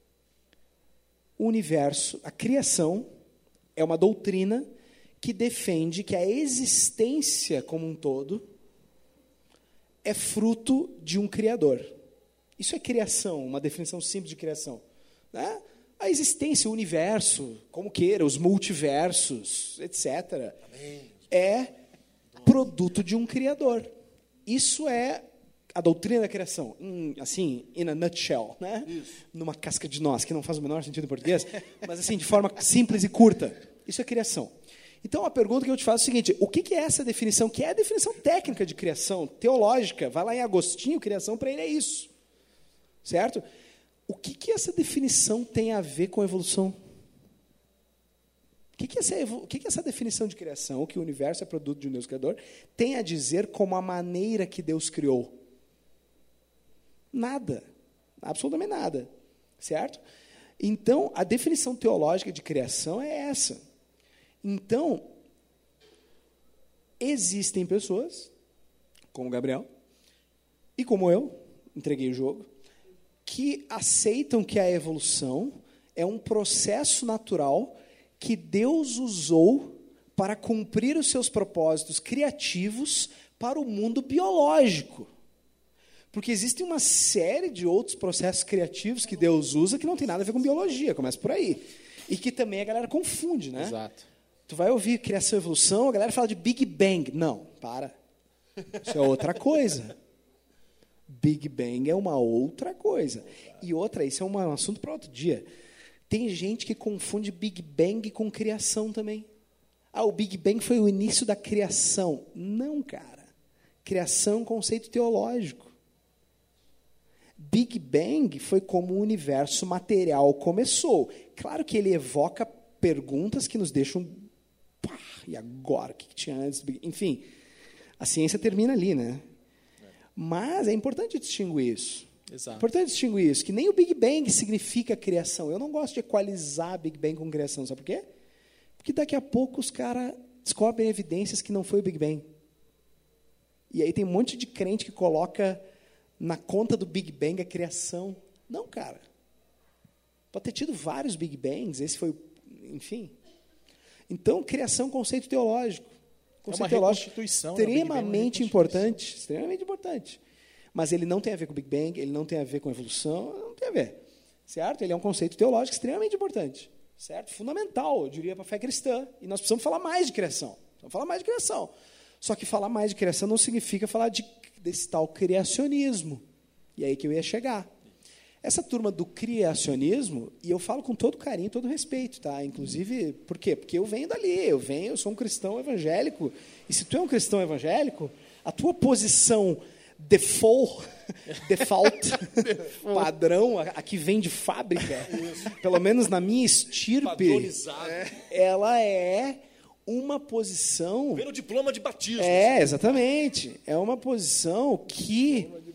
O universo, a criação, é uma doutrina que defende que a existência como um todo é fruto de um criador. Isso é criação, uma definição simples de criação. Né? A existência, o universo, como queira, os multiversos, etcétera, é produto de um criador. Isso é a doutrina da criação, em, assim, in a nutshell, né? Numa casca de nós, que não faz o menor sentido em português, mas assim, de forma simples e curta. Isso é criação. Então, a pergunta que eu te faço é o seguinte, o que é essa definição, que é a definição técnica de criação, teológica? Vai lá em Agostinho, criação para ele é isso. Certo? O que, que essa definição tem a ver com a evolução? O que, que, essa, o que, que essa definição de criação, que o universo é produto de um Deus criador, tem a dizer como a maneira que Deus criou? Nada. Absolutamente nada. Certo? Então, a definição teológica de criação é essa. Então, existem pessoas, como o Gabriel, e como eu, entreguei o jogo, que aceitam que a evolução é um processo natural que Deus usou para cumprir os seus propósitos criativos para o mundo biológico. Porque existe uma série de outros processos criativos que Deus usa que não tem nada a ver com biologia, começa por aí. E que também a galera confunde, né? Exato. Tu vai ouvir criação e evolução, a galera fala de Big Bang. Não, para. Isso é outra coisa. Big Bang é uma outra coisa. E outra, isso é um assunto para outro dia. Tem gente que confunde Big Bang com criação também. Ah, o Big Bang foi o início da criação. Não, cara. Criação é um conceito teológico. Big Bang foi como o universo material começou. Claro que ele evoca perguntas que nos deixam... Pá, e agora? O que tinha antes? Enfim, a ciência termina ali, né? Mas é importante distinguir isso. Exato. É importante distinguir isso, que nem o Big Bang significa criação. Eu não gosto de equalizar Big Bang com criação, sabe por quê? Porque daqui a pouco os caras descobrem evidências que não foi o Big Bang. E aí tem um monte de crente que coloca na conta do Big Bang a criação. Não, cara. Pode ter tido vários Big Bangs, esse foi, enfim. Então, criação é um conceito teológico. Conceito é uma reconstituição. Extremamente né? importante, extremamente importante. Mas ele não tem a ver com o Big Bang, ele não tem a ver com a evolução, não tem a ver. Certo? Ele é um conceito teológico extremamente importante. Certo? Fundamental, eu diria, para a fé cristã. E nós precisamos falar mais de criação. Precisamos falar mais de criação. Só que falar mais de criação não significa falar de, desse tal criacionismo. E aí que eu ia chegar. Essa turma do criacionismo, e eu falo com todo carinho, todo respeito, tá? Inclusive, por quê? Porque eu venho dali, eu venho, eu sou um cristão evangélico, e se tu é um cristão evangélico, a tua posição default, default padrão, a, a que vem de fábrica, pelo menos na minha estirpe, ela é uma posição... Vem no diploma de batismo. É, exatamente. É uma posição que...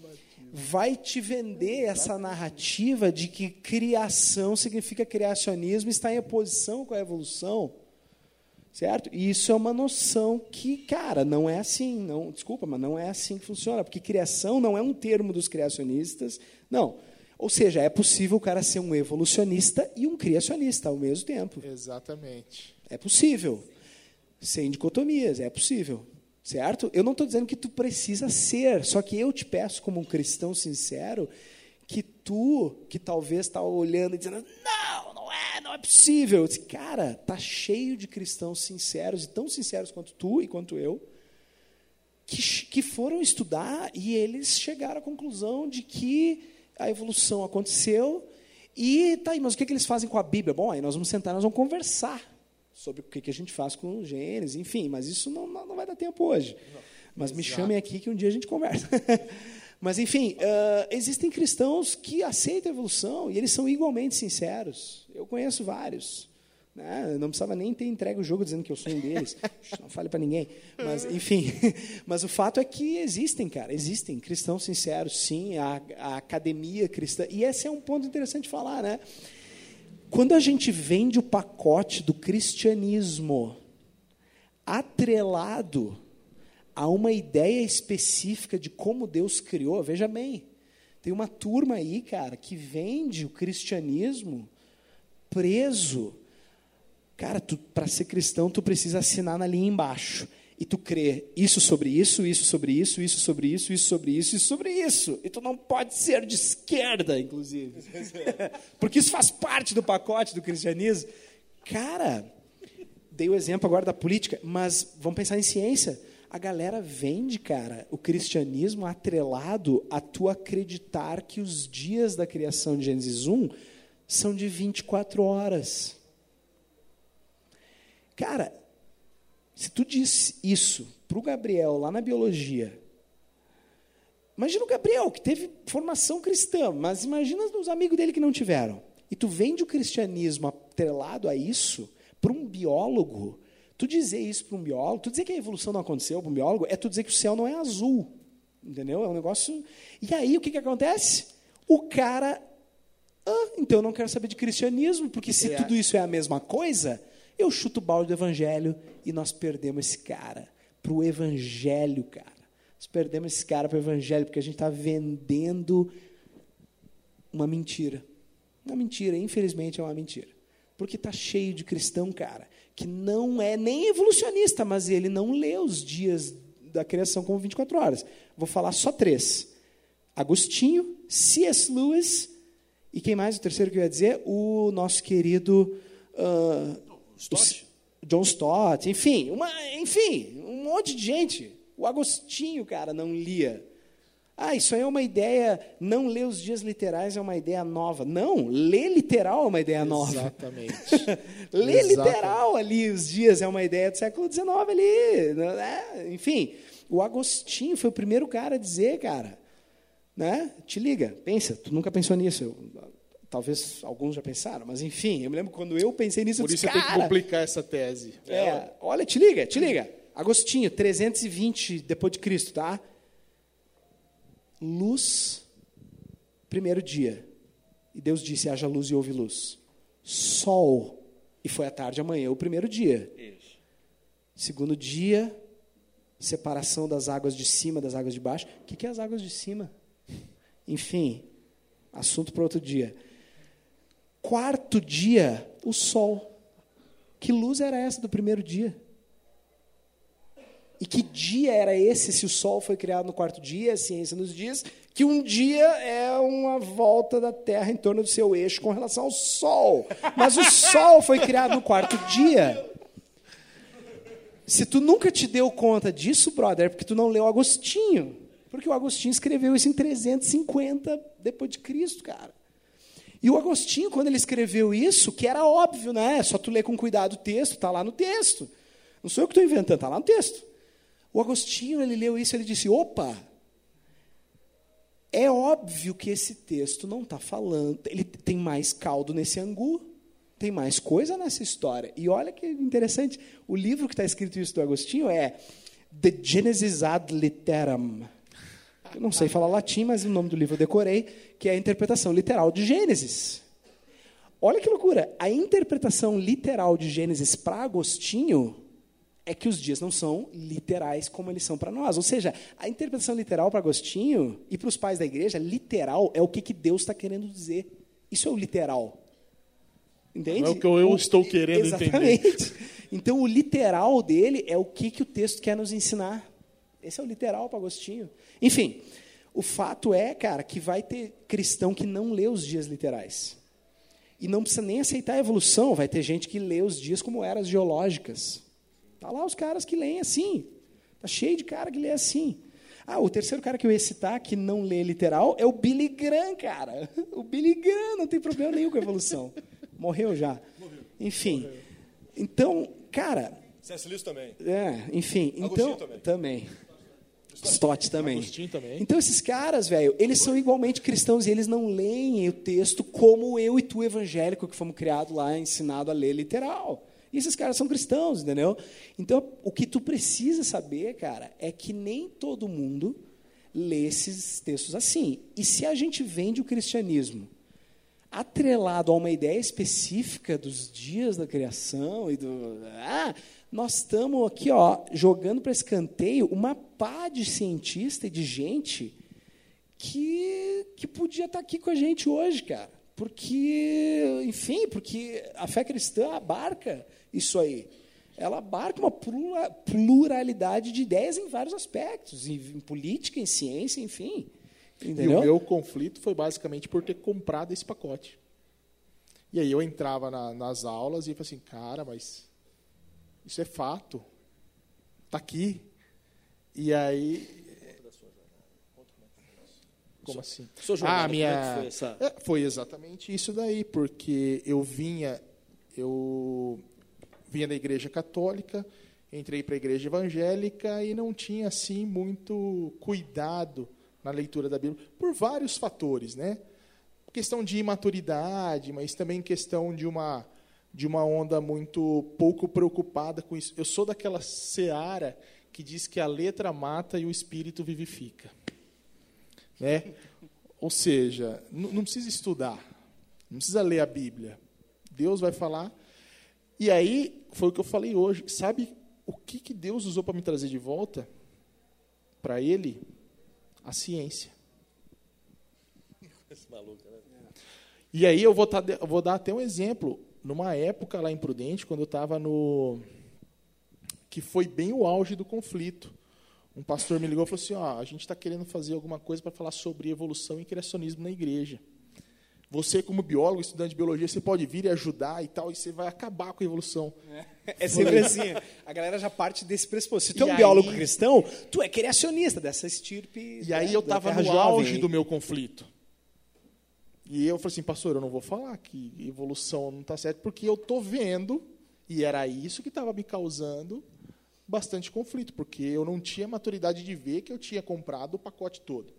vai te vender essa narrativa de que criação significa criacionismo, está em oposição com a evolução. Certo? E isso é uma noção que, cara, não é assim. Não, desculpa, mas não é assim que funciona. Porque criação não é um termo dos criacionistas. Não. Ou seja, é possível o cara ser um evolucionista e um criacionista ao mesmo tempo. Exatamente. É possível. Sem dicotomias, é possível. Certo? Eu não estou dizendo que tu precisa ser, só que eu te peço, como um cristão sincero, que tu, que talvez está olhando e dizendo, não, não é, não é possível. Eu disse, cara, tá cheio de cristãos sinceros, e tão sinceros quanto tu e quanto eu, que, que foram estudar e eles chegaram à conclusão de que a evolução aconteceu e, tá aí, mas o que, que eles fazem com a Bíblia? Bom, aí nós vamos sentar, nós vamos conversar sobre o que, que a gente faz com Gênesis, enfim, mas isso não, não vai dar tempo hoje. Não. Mas me chamem aqui que um dia a gente conversa. Mas, enfim, uh, existem cristãos que aceitam a evolução e eles são igualmente sinceros. Eu conheço vários. Né? Eu não precisava nem ter entregue o jogo dizendo que eu sou um deles. Não fale para ninguém. Mas, enfim, mas o fato é que existem, cara, existem cristãos sinceros, sim, a, a academia cristã. E esse é um ponto interessante de falar, né? Quando a gente vende o pacote do cristianismo atrelado a uma ideia específica de como Deus criou, veja bem, tem uma turma aí, cara, que vende o cristianismo preso. Cara, para ser cristão, tu precisa assinar na linha embaixo. E tu crê isso sobre isso, isso sobre isso, isso sobre isso, isso sobre isso, isso sobre isso. E tu não pode ser de esquerda, inclusive. Porque isso faz parte do pacote do cristianismo. Cara, dei o exemplo agora da política, mas vamos pensar em ciência. A galera vende, cara, o cristianismo atrelado a tu acreditar que os dias da criação de Gênesis um são de vinte e quatro horas. Cara, se tu diz isso para o Gabriel, lá na biologia, imagina o Gabriel, que teve formação cristã, mas imagina os amigos dele que não tiveram. E tu vende o cristianismo atrelado a isso para um biólogo. Tu dizer isso para um biólogo, tu dizer que a evolução não aconteceu para um biólogo, é tu dizer que o céu não é azul. Entendeu? É um negócio... E aí, o que, que acontece? O cara... Ah, então eu não quero saber de cristianismo, porque se é. tudo isso é a mesma coisa... Eu chuto o balde do evangelho e nós perdemos esse cara para o evangelho, cara. Nós perdemos esse cara para o evangelho porque a gente está vendendo uma mentira. Uma mentira, infelizmente é uma mentira. Porque está cheio de cristão, cara, que não é nem evolucionista, mas ele não lê os dias da criação como vinte e quatro horas. Vou falar só três. Agostinho, C S Lewis e quem mais? O terceiro que eu ia dizer? O nosso querido... Uh, Stott? John Stott, enfim, uma, enfim, um monte de gente. O Agostinho, cara, não lia. Ah, isso aí é uma ideia, não ler os dias literais é uma ideia nova. Não, ler literal é uma ideia nova. Exatamente. Ler literal ali os dias é uma ideia do século dezenove ali. Né? Enfim, o Agostinho foi o primeiro cara a dizer, cara, né? Te liga, pensa, tu nunca pensou nisso. Eu, talvez alguns já pensaram, mas enfim, eu me lembro quando eu pensei nisso, Por eu isso disse, você cara, tem que complicar essa tese. É, olha, te liga, te liga. Agostinho, trezentos e vinte depois de Cristo, tá? Luz, primeiro dia. E Deus disse, haja luz e houve luz. Sol, e foi à tarde amanhã, o primeiro dia. Isso. Segundo dia, separação das águas de cima das águas de baixo. O que é as águas de cima? Enfim, assunto para outro dia. Quarto dia, o sol. Que luz era essa do primeiro dia? E que dia era esse, se o sol foi criado no quarto dia? A ciência nos diz que um dia é uma volta da Terra em torno do seu eixo com relação ao sol. Mas o sol foi criado no quarto dia. Se tu nunca te deu conta disso, brother, é porque tu não leu Agostinho. Porque o Agostinho escreveu isso em trezentos e cinquenta depois de Cristo, cara. E o Agostinho, quando ele escreveu isso, que era óbvio, né? É só tu ler com cuidado o texto, está lá no texto. Não sou eu que estou inventando, está lá no texto. O Agostinho, ele leu isso e ele disse, opa, é óbvio que esse texto não está falando, ele tem mais caldo nesse angu, tem mais coisa nessa história. E olha que interessante, o livro que está escrito isso do Agostinho é The Genesis ad Literam. Eu não sei falar latim, mas o nome do livro eu decorei, que é a interpretação literal de Gênesis. Olha que loucura. A interpretação literal de Gênesis para Agostinho é que os dias não são literais como eles são para nós. Ou seja, a interpretação literal para Agostinho e para os pais da igreja, literal é o que, que Deus está querendo dizer. Isso é o literal. Entende? Não é o que eu estou querendo Exatamente. entender. Então, o literal dele é o que, que o texto quer nos ensinar. Esse é o literal para Agostinho. Enfim, o fato é, cara, que vai ter cristão que não lê os dias literais. E não precisa nem aceitar a evolução. Vai ter gente que lê os dias como eras geológicas. Está lá os caras que leem assim. Está cheio de cara que lê assim. Ah, o terceiro cara que eu ia citar, que não lê literal, é o Billy Graham, cara. O Billy Graham não tem problema nenhum com a evolução. Morreu já. Morreu. Enfim. Morreu. Então, cara... C S. Lewis também. É, enfim. Agostinho então, também. também. Stott também. Agostinho também. Então, esses caras, velho, eles são igualmente cristãos e eles não leem o texto como eu e tu, evangélico, que fomos criados lá, ensinado a ler literal. E esses caras são cristãos, entendeu? Então, o que tu precisa saber, cara, é que nem todo mundo lê esses textos assim. E se a gente vende o cristianismo atrelado a uma ideia específica dos dias da criação e do... Ah, nós estamos aqui, ó, jogando para escanteio uma pá de cientista e de gente que, que podia estar aqui com a gente hoje, cara. Porque, enfim, porque a fé cristã abarca isso aí. Ela abarca uma pluralidade de ideias em vários aspectos, em política, em ciência, enfim. Entendeu? E o meu conflito foi basicamente por ter comprado esse pacote. E aí eu entrava na, nas aulas e falei assim, cara, mas isso é fato. Está aqui. E aí... Como assim? Sua jornada, ah, minha... como é que foi essa... É, foi exatamente isso daí, porque eu vinha, eu vinha da igreja católica, entrei para a igreja evangélica e não tinha assim muito cuidado na leitura da Bíblia, por vários fatores, né? Questão de imaturidade, mas também questão de uma, de uma onda muito pouco preocupada com isso. Eu sou daquela seara que diz que a letra mata e o espírito vivifica. Né? Ou seja, não, não precisa estudar, não precisa ler a Bíblia. Deus vai falar. E aí, foi o que eu falei hoje. Sabe o que, que Deus usou para me trazer de volta? Para Ele? A ciência. Esse maluco, né? E aí eu vou, tá, eu vou dar até um exemplo. Numa época lá em Prudente, quando eu estava no... que foi bem o auge do conflito. Um pastor me ligou e falou assim, ó, a gente está querendo fazer alguma coisa para falar sobre evolução e criacionismo na igreja. Você, como biólogo, estudante de biologia, você pode vir e ajudar e tal, e você vai acabar com a evolução. É, é sempre assim. A galera já parte desse pressuposto. Se tu E é um biólogo aí- cristão, tu é criacionista dessa estirpe. E aí né, eu da estava terra no jovem, auge hein? do meu conflito. E eu falei assim, pastor, eu não vou falar que evolução não está certo, porque eu estou vendo, e era isso que estava me causando bastante conflito, porque eu não tinha maturidade de ver que eu tinha comprado o pacote todo.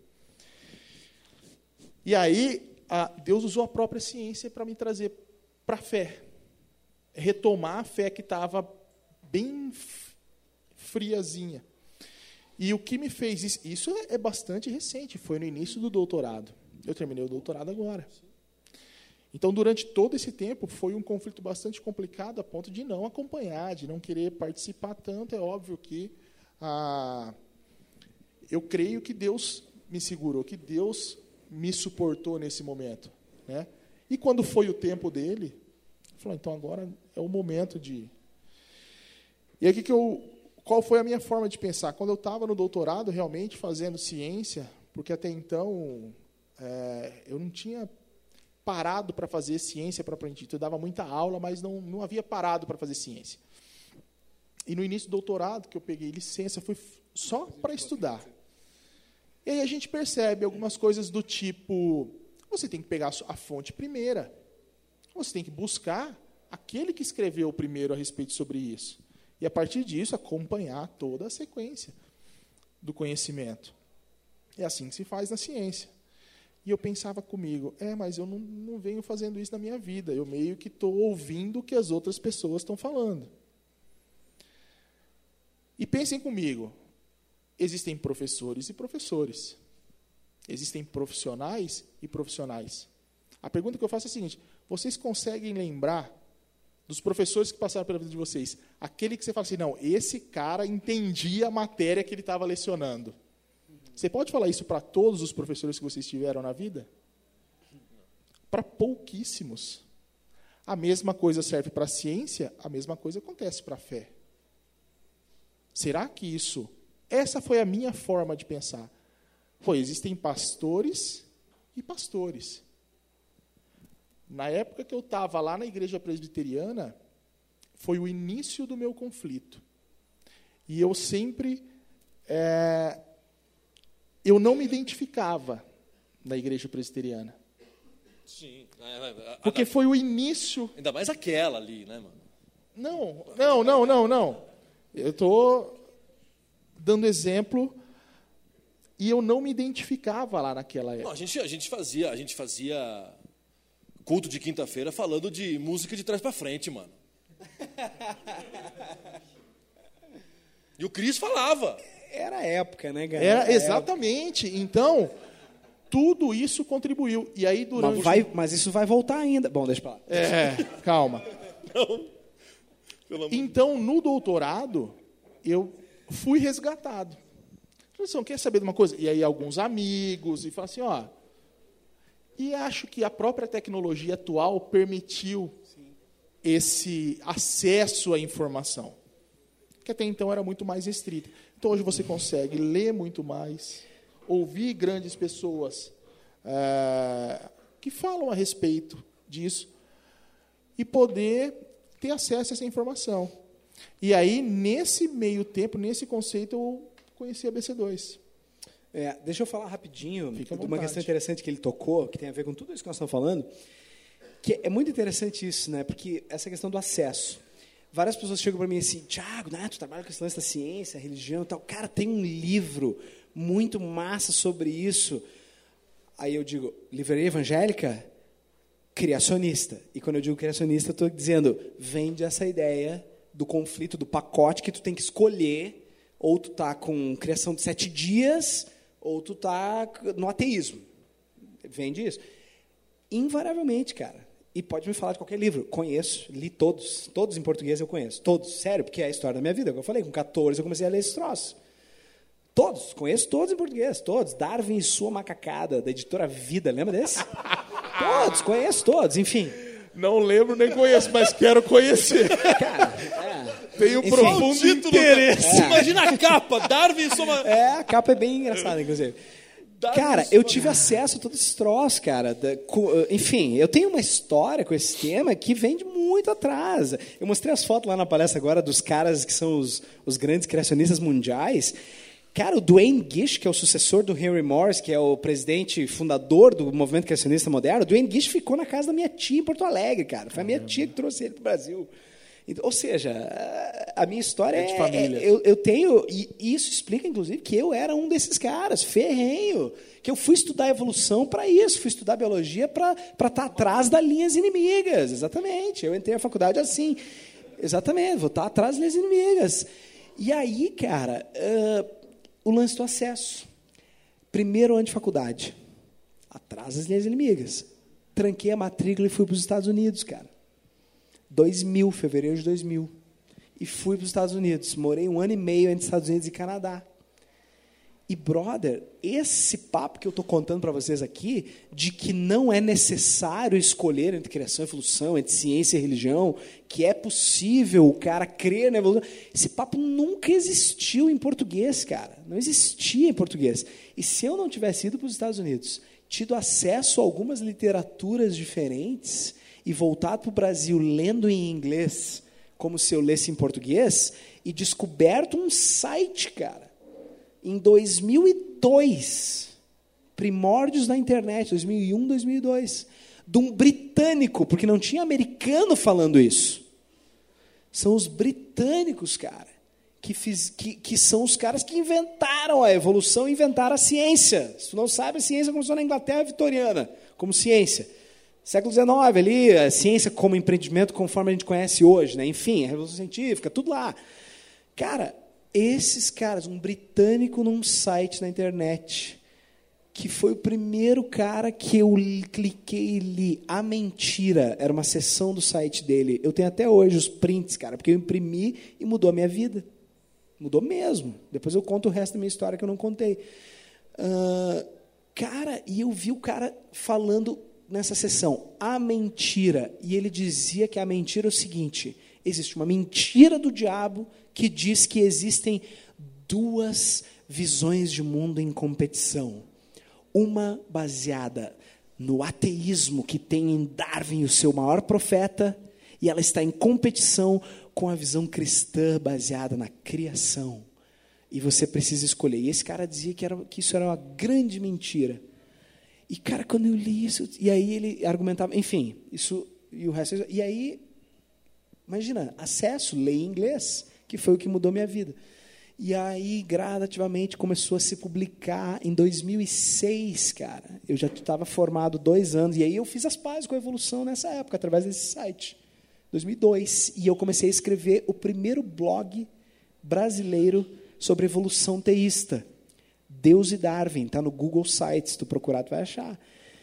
E aí, a, Deus usou a própria ciência para me trazer para a fé. Retomar a fé que estava bem f- friazinha. E o que me fez isso, isso é, é bastante recente, foi no início do doutorado. Eu terminei o doutorado agora. Então, durante todo esse tempo, foi um conflito bastante complicado, a ponto de não acompanhar, de não querer participar tanto. É óbvio que ah, eu creio que Deus me segurou, que Deus me suportou nesse momento. Né? E quando foi o tempo dele, ele falou, então agora é o momento de... E aí, que que eu, qual foi a minha forma de pensar? Quando eu estava no doutorado, realmente fazendo ciência, porque até então é, eu não tinha parado para fazer ciência propriamente dito. Eu dava muita aula, mas não, não havia parado para fazer ciência. E no início do doutorado, que eu peguei licença, fui só para estudar. E aí a gente percebe algumas coisas do tipo, você tem que pegar a fonte primeira, você tem que buscar aquele que escreveu primeiro a respeito sobre isso. E, a partir disso, acompanhar toda a sequência do conhecimento. É assim que se faz na ciência. E eu pensava comigo, é, mas eu não, não venho fazendo isso na minha vida. Eu meio que estou ouvindo o que as outras pessoas estão falando. E pensem comigo, existem professores e professores. Existem profissionais e profissionais. A pergunta que eu faço é a seguinte: vocês conseguem lembrar dos professores que passaram pela vida de vocês, aquele que você fala assim, não, esse cara entendia a matéria que ele estava lecionando? Você pode falar isso para todos os professores que vocês tiveram na vida? Para pouquíssimos. A mesma coisa serve para a ciência, a mesma coisa acontece para a fé. Será que isso... Essa foi a minha forma de pensar. Foi, existem pastores e pastores. Na época que eu estava lá na igreja presbiteriana, foi o início do meu conflito. E eu sempre... É, eu não me identificava na igreja presbiteriana. Sim. Porque foi o início... Ainda mais aquela ali, né, mano? Não, não, não, não, não. Eu estou dando exemplo e eu não me identificava lá naquela época. Não, a gente, a gente fazia, a gente fazia culto de quinta-feira falando de música de trás para frente, mano. E o Cris falava. Era a época, né, galera? Era, exatamente. Então, tudo isso contribuiu. E aí, durante... Mas, vai, mas isso vai voltar ainda. Bom, deixa pra lá. É, calma. Não. Pelo amor. Então, no doutorado, eu fui resgatado. Falei, quer saber de uma coisa? E aí, alguns amigos, e falaram assim, ó... E acho que a própria tecnologia atual permitiu Sim. esse acesso à informação, que até então era muito mais restrita. Então, hoje você consegue ler muito mais, ouvir grandes pessoas é, que falam a respeito disso e poder ter acesso a essa informação. E aí, nesse meio tempo, nesse conceito, eu conheci a B C dois. É, deixa eu falar rapidinho de uma vontade. questão interessante que ele tocou, que tem a ver com tudo isso que nós estamos falando, que é muito interessante isso, né? Porque essa questão do acesso. Várias pessoas chegam para mim assim, Thiago, né, tu trabalha com esse lance da ciência, religião e tal. Cara, tem um livro muito massa sobre isso. Aí eu digo, livraria evangélica? Criacionista. E quando eu digo criacionista, eu estou dizendo, vende essa ideia do conflito, do pacote que tu tem que escolher, ou tu tá com criação de sete dias, ou tu tá no ateísmo. Vende isso. Invariavelmente, cara. E pode me falar de qualquer livro. Conheço, li todos. Todos em português eu conheço. Todos. Sério, porque é a história da minha vida. É o que eu falei, com catorze eu comecei a ler esses troços. Todos. Conheço todos em português. Todos. Darwin e Sua Macacada, da editora Vida. Lembra desse? Todos. Conheço todos. Enfim. Não lembro nem conheço, mas quero conhecer. Cara, é. Tenho Enfim, profundo título, interesse. É. Imagina a capa, Darwin e Sua... É, a capa é bem engraçada, inclusive. Cara, eu tive acesso a todos esses troços, cara. Da, com, enfim, eu tenho uma história com esse tema que vem de muito atrás. Eu mostrei as fotos lá na palestra agora dos caras que são os, os grandes criacionistas mundiais. Cara, o Duane Gish, que é o sucessor do Henry Morris, que é o presidente fundador do movimento criacionista moderno, o Duane Gish ficou na casa da minha tia em Porto Alegre, cara. Foi a minha tia que trouxe ele para o Brasil. Então, ou seja, a minha história é... é de família. É, eu, eu tenho... E isso explica, inclusive, que eu era um desses caras, ferrenho, que eu fui estudar evolução para isso, fui estudar biologia para estar atrás das linhas inimigas. Exatamente. Eu entrei na faculdade assim. Exatamente, vou estar atrás das linhas inimigas. E aí, cara... Uh, o lance do acesso. Primeiro ano de faculdade. Atrás das linhas inimigas. Tranquei a matrícula e fui para os Estados Unidos, cara. dois mil, fevereiro de dois mil. E fui para os Estados Unidos. Morei um ano e meio entre Estados Unidos e Canadá. E, brother, esse papo que eu estou contando para vocês aqui, de que não é necessário escolher entre criação e evolução, entre ciência e religião, que é possível o cara crer na evolução, esse papo nunca existiu em português, cara. Não existia em português. E se eu não tivesse ido para os Estados Unidos, tido acesso a algumas literaturas diferentes e voltado para o Brasil lendo em inglês, como se eu lesse em português, e descoberto um site, cara, em dois mil e dois, primórdios da internet, dois mil e um, dois mil e dois, de um britânico, porque não tinha americano falando isso. São os britânicos, cara, que, fiz, que, que são os caras que inventaram a evolução, inventaram a ciência. Se tu não sabe, a ciência começou na Inglaterra vitoriana, como ciência. Século dezenove, ali, a ciência como empreendimento, conforme a gente conhece hoje, né? Enfim, a revolução científica, tudo lá. Cara, esses caras, um britânico num site na internet, que foi o primeiro cara que eu cliquei e li. A Mentira era uma seção do site dele. Eu tenho até hoje os prints, cara, porque eu imprimi e mudou a minha vida. Mudou mesmo. Depois eu conto o resto da minha história que eu não contei. Uh, cara, e eu vi o cara falando nessa sessão, a mentira. E ele dizia que a mentira é o seguinte: existe uma mentira do diabo que diz que existem duas visões de mundo em competição. Uma baseada no ateísmo que tem em Darwin, o seu maior profeta, e ela está em competição com a visão cristã baseada na criação. E você precisa escolher. E esse cara dizia que, era, que isso era uma grande mentira. E, cara, quando eu li isso, e aí ele argumentava, enfim, isso e o resto. E aí, imagina, acesso, lei em inglês, que foi o que mudou minha vida. E aí, gradativamente, começou a se publicar em dois mil e seis, cara. Eu já estava formado dois anos, e aí eu fiz as pazes com a evolução nessa época, através desse site. dois mil e dois, e eu comecei a escrever o primeiro blog brasileiro sobre evolução teísta. Deus e Darwin, está no Google Sites, se tu procurar, tu vai achar.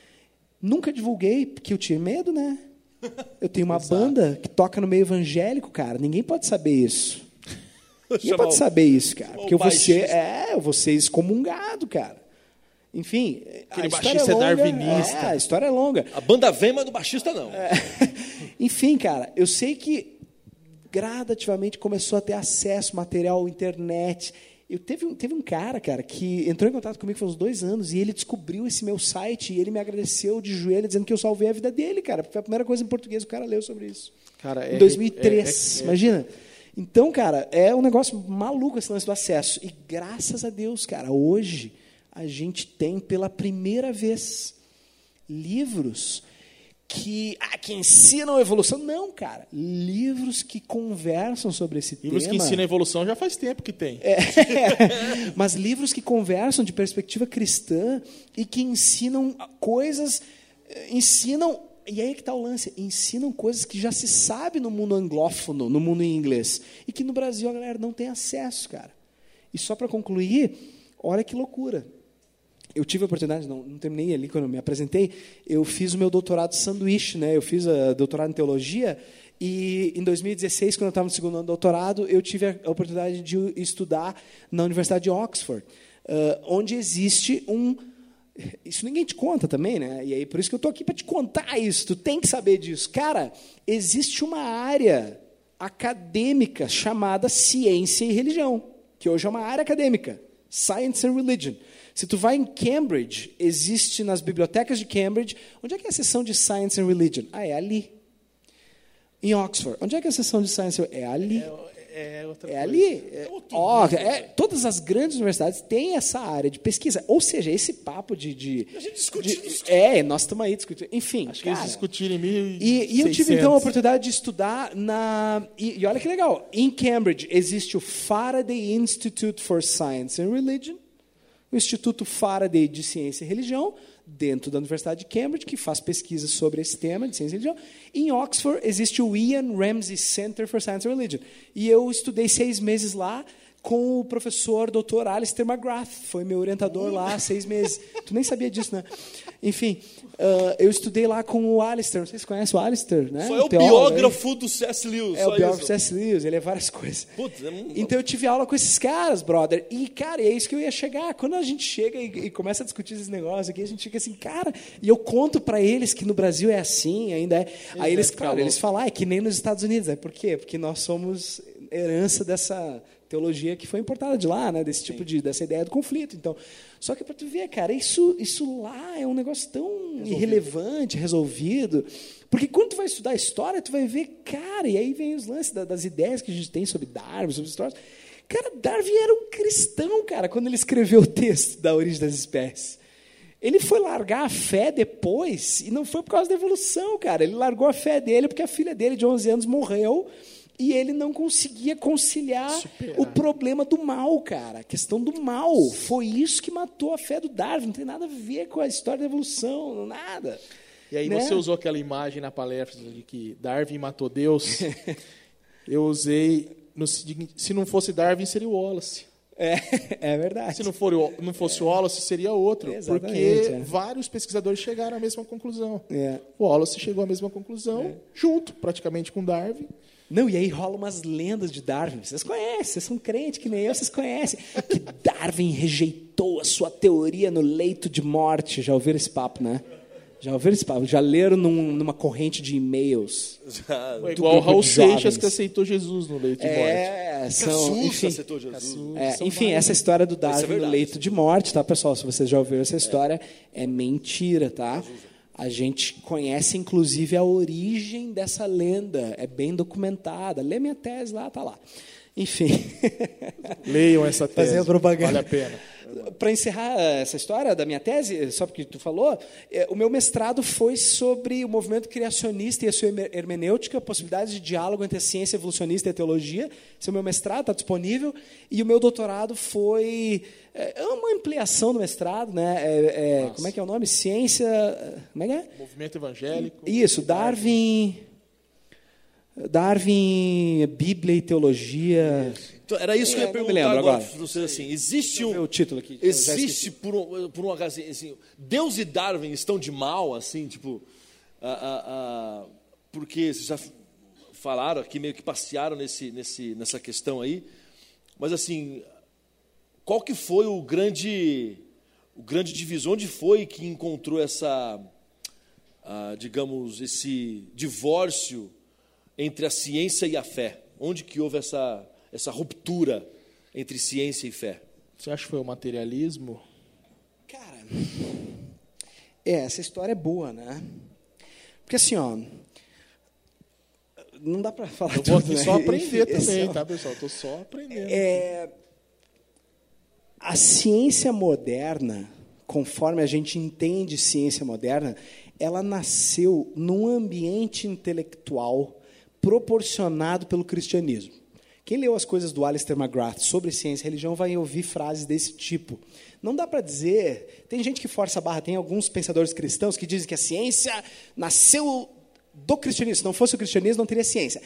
Nunca divulguei, porque eu tinha medo, né? Eu tenho uma banda que toca no meio evangélico, cara. Ninguém pode saber isso. Ninguém pode saber isso, cara. Porque eu vou ser, é, eu vou ser excomungado, cara. Enfim, aquele a baixista é, longa, é darwinista. É, a história é longa. A banda vem, mas do baixista não. É. Enfim, cara, eu sei que gradativamente começou a ter acesso material, internet. Eu teve, um, teve um cara, cara, que entrou em contato comigo faz uns dois anos e ele descobriu esse meu site e ele me agradeceu de joelho dizendo que eu salvei a vida dele, cara. Porque foi a primeira coisa em português que o cara leu sobre isso. Cara, é, em dois mil e três, é, é, é, imagina. Então, cara, é um negócio maluco esse lance do acesso. E graças a Deus, cara, hoje a gente tem pela primeira vez livros que, ah, que ensinam a evolução. Não, cara. Livros que conversam sobre esse livros tema. Livros que ensinam a evolução já faz tempo que tem. É, mas livros que conversam de perspectiva cristã e que ensinam coisas, ensinam, e aí que está o lance, ensinam coisas que já se sabe no mundo anglófono, no mundo em inglês, e que no Brasil a galera não tem acesso, cara. E só para concluir, olha que loucura. Eu tive a oportunidade, não, não terminei ali quando eu me apresentei, eu fiz o meu doutorado sanduíche, né? Eu fiz a doutorado em teologia, e em dois mil e dezesseis, quando eu estava no segundo ano do doutorado, eu tive a oportunidade de estudar na Universidade de Oxford, uh, onde existe um... Isso ninguém te conta também, né? E aí, por isso que eu estou aqui para te contar isso, tu tem que saber disso. Cara, existe uma área acadêmica chamada ciência e religião, que hoje é uma área acadêmica, Science and Religion. Se tu vai em Cambridge, existe nas bibliotecas de Cambridge, onde é que é a seção de Science and Religion? Ah, é ali. Em Oxford, onde é que é a seção de Science and Religion? É ali. É, é, outra é coisa. ali. É, ó, é, todas as grandes universidades têm essa área de pesquisa. Ou seja, esse papo de... de a gente discute de, isso. É, nós estamos aí discutindo. Enfim, acho cara, que eles discutiram em mil e seiscentos. E, e eu tive, então, a oportunidade de estudar na... E, e olha que legal. Em Cambridge, existe o Faraday Institute for Science and Religion, o Instituto Faraday de Ciência e Religião, dentro da Universidade de Cambridge, que faz pesquisas sobre esse tema de ciência e religião. Em Oxford, existe o Ian Ramsey Center for Science and Religion. E eu estudei seis meses lá com o professor doutor Alistair McGrath. Foi meu orientador lá há seis meses. Tu nem sabia disso, né? Enfim, uh, eu estudei lá com o Alistair. Não sei se você conhece o Alistair, né? Só é o teólogo, biógrafo do C S. Lewis. É o biógrafo do C S. Lewis, ele é várias coisas. Putz, é um... Então eu tive aula com esses caras, brother. E, cara, é isso que eu ia chegar. Quando a gente chega e, e começa a discutir esses negócios aqui, a gente fica assim, cara... E eu conto para eles que no Brasil é assim, ainda é... Eles Aí eles, claro, eles falam, ah, é que nem nos Estados Unidos. É por quê? Porque nós somos herança dessa... teologia que foi importada de lá, né, desse tipo de dessa ideia do conflito. Então, só que para tu ver, cara, isso isso lá é um negócio tão resolvido. irrelevante, resolvido, porque quando tu vai estudar história, tu vai ver, cara, e aí vem os lances da, das ideias que a gente tem sobre Darwin, sobre histórias. Cara, Darwin era um cristão, cara, quando ele escreveu o texto da Origem das Espécies. Ele foi largar a fé depois, e não foi por causa da evolução, cara. Ele largou a fé dele porque a filha dele, de onze anos, morreu. E ele não conseguia conciliar Superar. o problema do mal, cara. A questão do mal. Foi isso que matou a fé do Darwin. Não tem nada a ver com a história da evolução, nada. E aí, né? Você usou aquela imagem na palestra de que Darwin matou Deus. Eu usei, no, se não fosse Darwin, seria o Wallace. É, é verdade. Se não, for o, não fosse o Wallace, seria outro. Exatamente, porque é. vários pesquisadores chegaram à mesma conclusão. É. O Wallace chegou à mesma conclusão, É. junto, praticamente, com Darwin. Não, e aí rolam umas lendas de Darwin. Vocês conhecem, vocês são crentes que nem eu, vocês conhecem. Que Darwin rejeitou a sua teoria no leito de morte. Já ouviram esse papo, né? Já ouviram esse papo? Já leram num, numa corrente de e-mails. Foi do igual o grupo Raul de Seixas, jovens. que aceitou Jesus no leito de morte. É, são, Caçusta enfim, aceitou Jesus. é, São enfim, vários, essa né? história do Isso é Darwin no verdade. leito de morte, tá, pessoal? Se vocês já ouviram essa história, é mentira, tá? A gente conhece, inclusive, a origem dessa lenda. É bem documentada. Lê minha tese lá, tá lá. Enfim. Leiam essa tese. Fazendo propaganda. Vale a pena. Para encerrar essa história da minha tese, só porque tu falou, é, o meu mestrado foi sobre o movimento criacionista e a sua hermenêutica, possibilidades de diálogo entre a ciência evolucionista e a teologia. Esse é o meu mestrado, está disponível. E o meu doutorado foi é, uma ampliação do mestrado, né? É, é, como é que é o nome? Ciência... Como é que é? Movimento evangélico. Isso, Darwin... Darwin, Bíblia e teologia... Então, era isso que eu ia É, não me perguntar lembro agora. agora. Você, assim, existe Deixa eu ver um... o título aqui. Eu já Existe, por um, por um acaso, assim, assim, Deus e Darwin estão de mal, assim, tipo... ah, ah, ah, porque vocês já falaram aqui, meio que passearam nesse, nesse, nessa questão aí, mas, assim, qual que foi o grande, o grande divisor? Onde foi que encontrou essa, ah, digamos, esse divórcio entre a ciência e a fé? Onde que houve essa... essa ruptura entre ciência e fé? Você acha que foi o materialismo? Cara, é, essa história é boa, né? Porque assim, ó, não dá para falar Eu vou tudo, aqui né? só aprender Esse também, é um- tá, pessoal? Estou só aprendendo. É, a ciência moderna, conforme a gente entende ciência moderna, ela nasceu num ambiente intelectual proporcionado pelo cristianismo. Quem leu as coisas do Alistair McGrath sobre ciência e religião vai ouvir frases desse tipo. Não dá para dizer... Tem gente que força a barra, tem alguns pensadores cristãos que dizem que a ciência nasceu do cristianismo. Se não fosse o cristianismo, não teria ciência.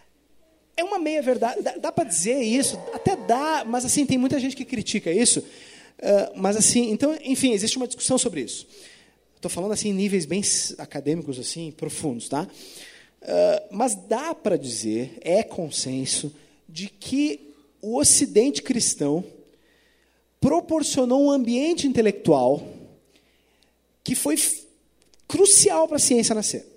É uma meia-verdade. Dá, dá para dizer isso? Até dá, mas assim, tem muita gente que critica isso. Uh, mas assim, então, enfim, existe uma discussão sobre isso. Estou falando assim em níveis bem acadêmicos, assim, profundos, tá? Uh, mas dá para dizer, é consenso, de que o Ocidente cristão proporcionou um ambiente intelectual que foi f- crucial para a ciência nascer.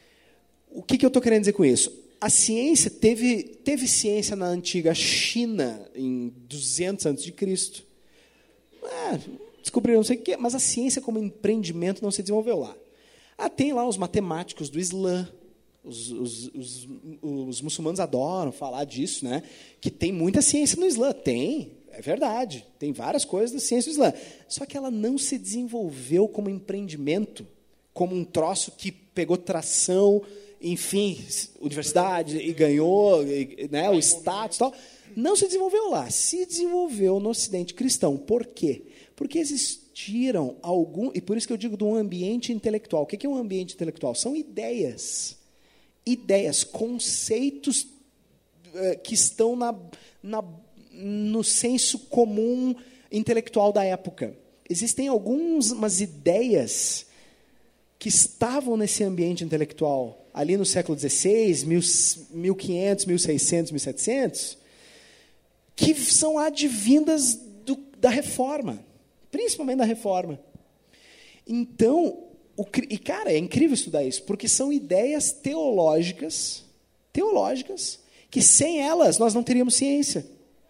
O que, que eu estou querendo dizer com isso? A ciência teve, teve ciência na antiga China, em duzentos antes de Cristo. Ah, descobriram não sei o quê, mas a ciência como empreendimento não se desenvolveu lá. Ah, tem lá os matemáticos do Islã. Os, os, os, os muçulmanos adoram falar disso, né? Que tem muita ciência no Islã. Tem, é verdade. Tem várias coisas da ciência do Islã. Só que ela não se desenvolveu como empreendimento, como um troço que pegou tração, enfim, universidade, e ganhou, e, né, o status e tal. Não se desenvolveu lá. Se desenvolveu no Ocidente cristão. Por quê? Porque existiram algum... E por isso que eu digo de um ambiente intelectual. O que é um ambiente intelectual? São ideias. Ideias, conceitos uh, que estão na, na, no senso comum intelectual da época. Existem algumas ideias que estavam nesse ambiente intelectual, ali no século dezesseis, mil e quinhentos, mil e seiscentos, mil e setecentos, que são advindas do, da Reforma, principalmente da Reforma. Então... O, e, cara, é incrível estudar isso, porque são ideias teológicas, teológicas, que sem elas nós não teríamos ciência.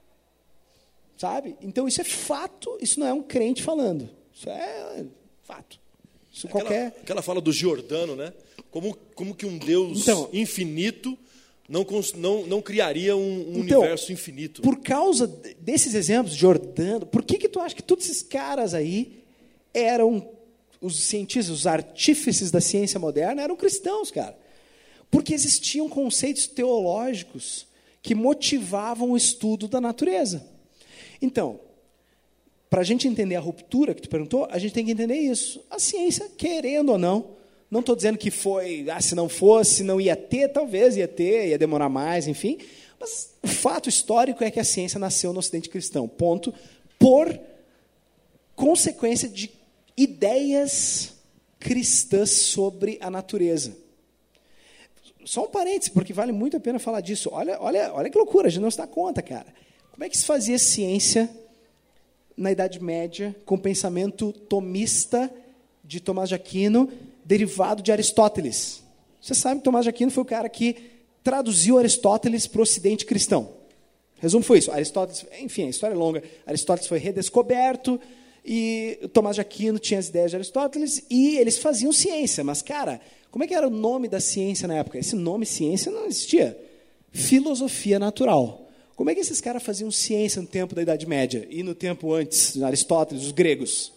Sabe? Então, isso é fato, isso não é um crente falando. Isso é fato. Isso aquela, qualquer... aquela fala do Giordano, né? Como, como que um Deus então, infinito não, não, não criaria um, um então, universo infinito? Por causa desses exemplos, Giordano, por que, que tu acha que todos esses caras aí eram... Os cientistas, os artífices da ciência moderna eram cristãos, cara. Porque existiam conceitos teológicos que motivavam o estudo da natureza. Então, para a gente entender a ruptura que tu perguntou, a gente tem que entender isso. A ciência, querendo ou não, não estou dizendo que foi, ah, se não fosse, não ia ter, talvez ia ter, ia demorar mais, enfim, Mas o fato histórico é que a ciência nasceu no Ocidente cristão, ponto, por consequência de ideias cristãs sobre a natureza. Só um parênteses, porque vale muito a pena falar disso. Olha, olha, olha que loucura, a gente não se dá conta, cara. Como é que se fazia ciência na Idade Média com o pensamento tomista de Tomás de Aquino, derivado de Aristóteles? Você sabe que Tomás de Aquino foi o cara que traduziu Aristóteles para o Ocidente cristão. Resumo foi isso. Aristóteles, enfim, a história é longa. Aristóteles foi redescoberto e Tomás de Aquino tinha as ideias de Aristóteles e eles faziam ciência. Mas, cara, como é que era o nome da ciência na época? Esse nome ciência não existia. Filosofia natural. Como é que esses caras faziam ciência no tempo da Idade Média e no tempo antes de Aristóteles, os gregos?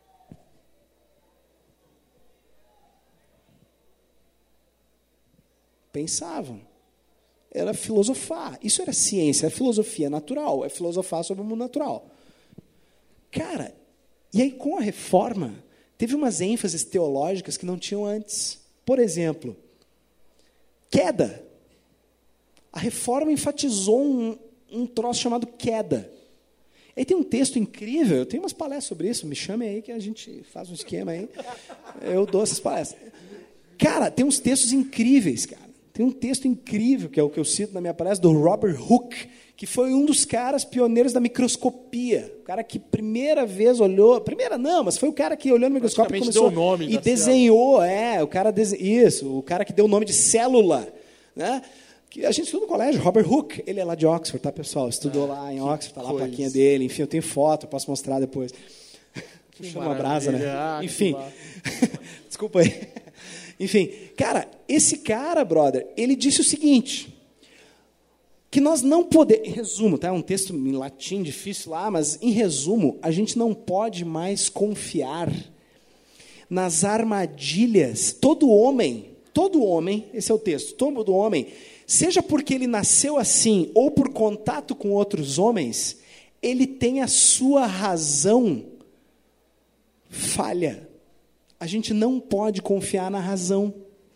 Pensavam. Era filosofar. Isso era ciência, é filosofia natural, é filosofar sobre o mundo natural. Cara, e aí com a reforma, teve umas ênfases teológicas que não tinham antes. Por exemplo, queda. A reforma enfatizou um, um troço chamado queda. Aí tem um texto incrível, eu tenho umas palestras sobre isso, me chame aí que a gente faz um esquema aí. Eu dou essas palestras. Cara, tem uns textos incríveis, cara. Tem um texto incrível, que é o que eu cito na minha palestra, do Robert Hooke, que foi um dos caras pioneiros da microscopia. O cara que primeira vez olhou... Primeira não, mas foi o cara que olhou no microscópio e começou... Deu o nome e desenhou, célula. é, o cara... Dese, isso, o cara que deu o nome de célula. Né? Que a gente estuda no colégio, Robert Hooke. Ele é lá de Oxford, tá, pessoal? Estudou ah, lá em Oxford, tá lá a plaquinha dele. Enfim, eu tenho foto, eu posso mostrar depois. Puxa uma brasa, né? Ah, enfim. Desculpa aí. Enfim, cara, esse cara, brother, ele disse o seguinte, que nós não podemos, em resumo, tá? É um texto em latim difícil lá, mas em resumo, a gente não pode mais confiar nas armadilhas. Todo homem, todo homem, esse é o texto, todo homem, seja porque ele nasceu assim ou por contato com outros homens, ele tem a sua razão falha. A gente não pode confiar na razão.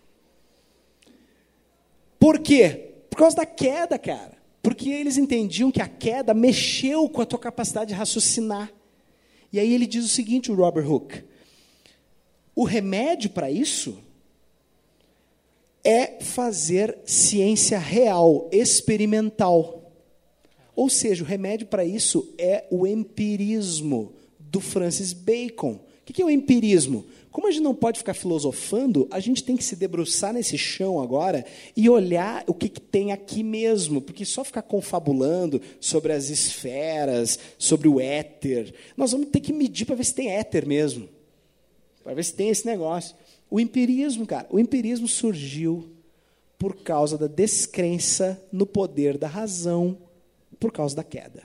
Por quê? Por causa da queda, cara. Porque eles entendiam que a queda mexeu com a tua capacidade de raciocinar. E aí ele diz o seguinte, o Robert Hooke, o remédio para isso é fazer ciência real, experimental. Ou seja, o remédio para isso é o empirismo do Francis Bacon. O que é o empirismo? Como a gente não pode ficar filosofando, a gente tem que se debruçar nesse chão agora e olhar o que, que tem aqui mesmo, porque só ficar confabulando sobre as esferas, sobre o éter, nós vamos ter que medir para ver se tem éter mesmo, para ver se tem esse negócio. O empirismo, cara, o empirismo surgiu por causa da descrença no poder da razão, por causa da queda.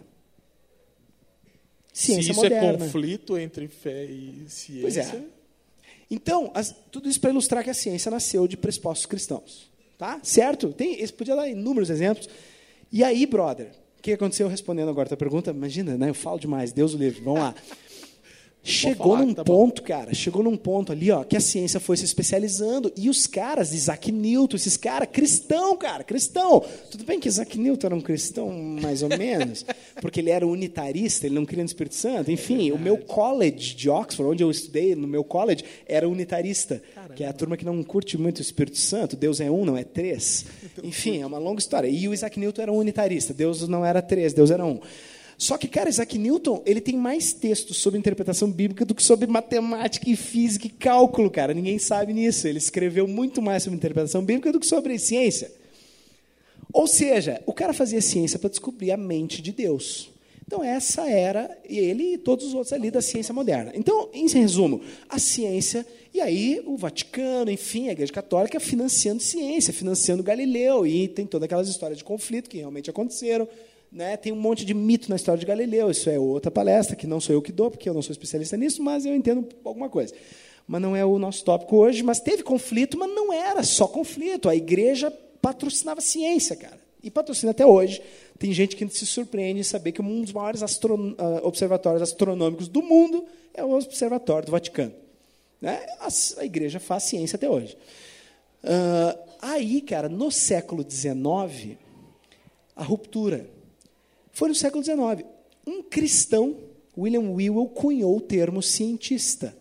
Ciência Se isso moderna. É conflito entre fé e ciência... Pois é. Então, as, tudo isso para ilustrar que a ciência nasceu de pressupostos cristãos. Tá? Certo? Tem, esse podia dar inúmeros exemplos. E aí, brother, o que aconteceu respondendo agora a tua pergunta? Imagina, né? Eu falo demais, Deus o livre. Vamos lá. Chegou falar, num tá ponto, bom. cara, chegou num ponto ali, ó, que a ciência foi se especializando, e os caras, Isaac Newton, esses caras, cristão, cara, cristão. Tudo bem que Isaac Newton era um cristão, mais ou menos, porque ele era unitarista, ele não queria no Espírito Santo. Enfim, é o meu college de Oxford, onde eu estudei, no meu college, era unitarista, Caramba. que é a turma que não curte muito o Espírito Santo, Deus é um, não é três. Enfim, é uma longa história. E o Isaac Newton era um unitarista, Deus não era três, Deus era um. Só que, cara, Isaac Newton, ele tem mais textos sobre interpretação bíblica do que sobre matemática e física e cálculo, cara. Ninguém sabe nisso. Ele escreveu muito mais sobre interpretação bíblica do que sobre ciência. Ou seja, o cara fazia ciência para descobrir a mente de Deus. Então, essa era ele e todos os outros ali da ciência moderna. Então, em resumo, a ciência, e aí o Vaticano, enfim, a Igreja Católica financiando ciência, financiando Galileu, e tem todas aquelas histórias de conflito que realmente aconteceram. Né, tem um monte de mito na história de Galileu, isso é outra palestra, que não sou eu que dou, porque eu não sou especialista nisso, mas eu entendo alguma coisa. Mas não é o nosso tópico hoje, mas teve conflito, mas não era só conflito, a igreja patrocinava ciência, cara, e patrocina até hoje. Tem gente que se surpreende em saber que um dos maiores astro... observatórios astronômicos do mundo é o Observatório do Vaticano. Né? A igreja faz ciência até hoje. Uh, aí, cara, no século dezenove... a ruptura. Foi no século dezenove. Um cristão, William Whewell, cunhou o termo cientista.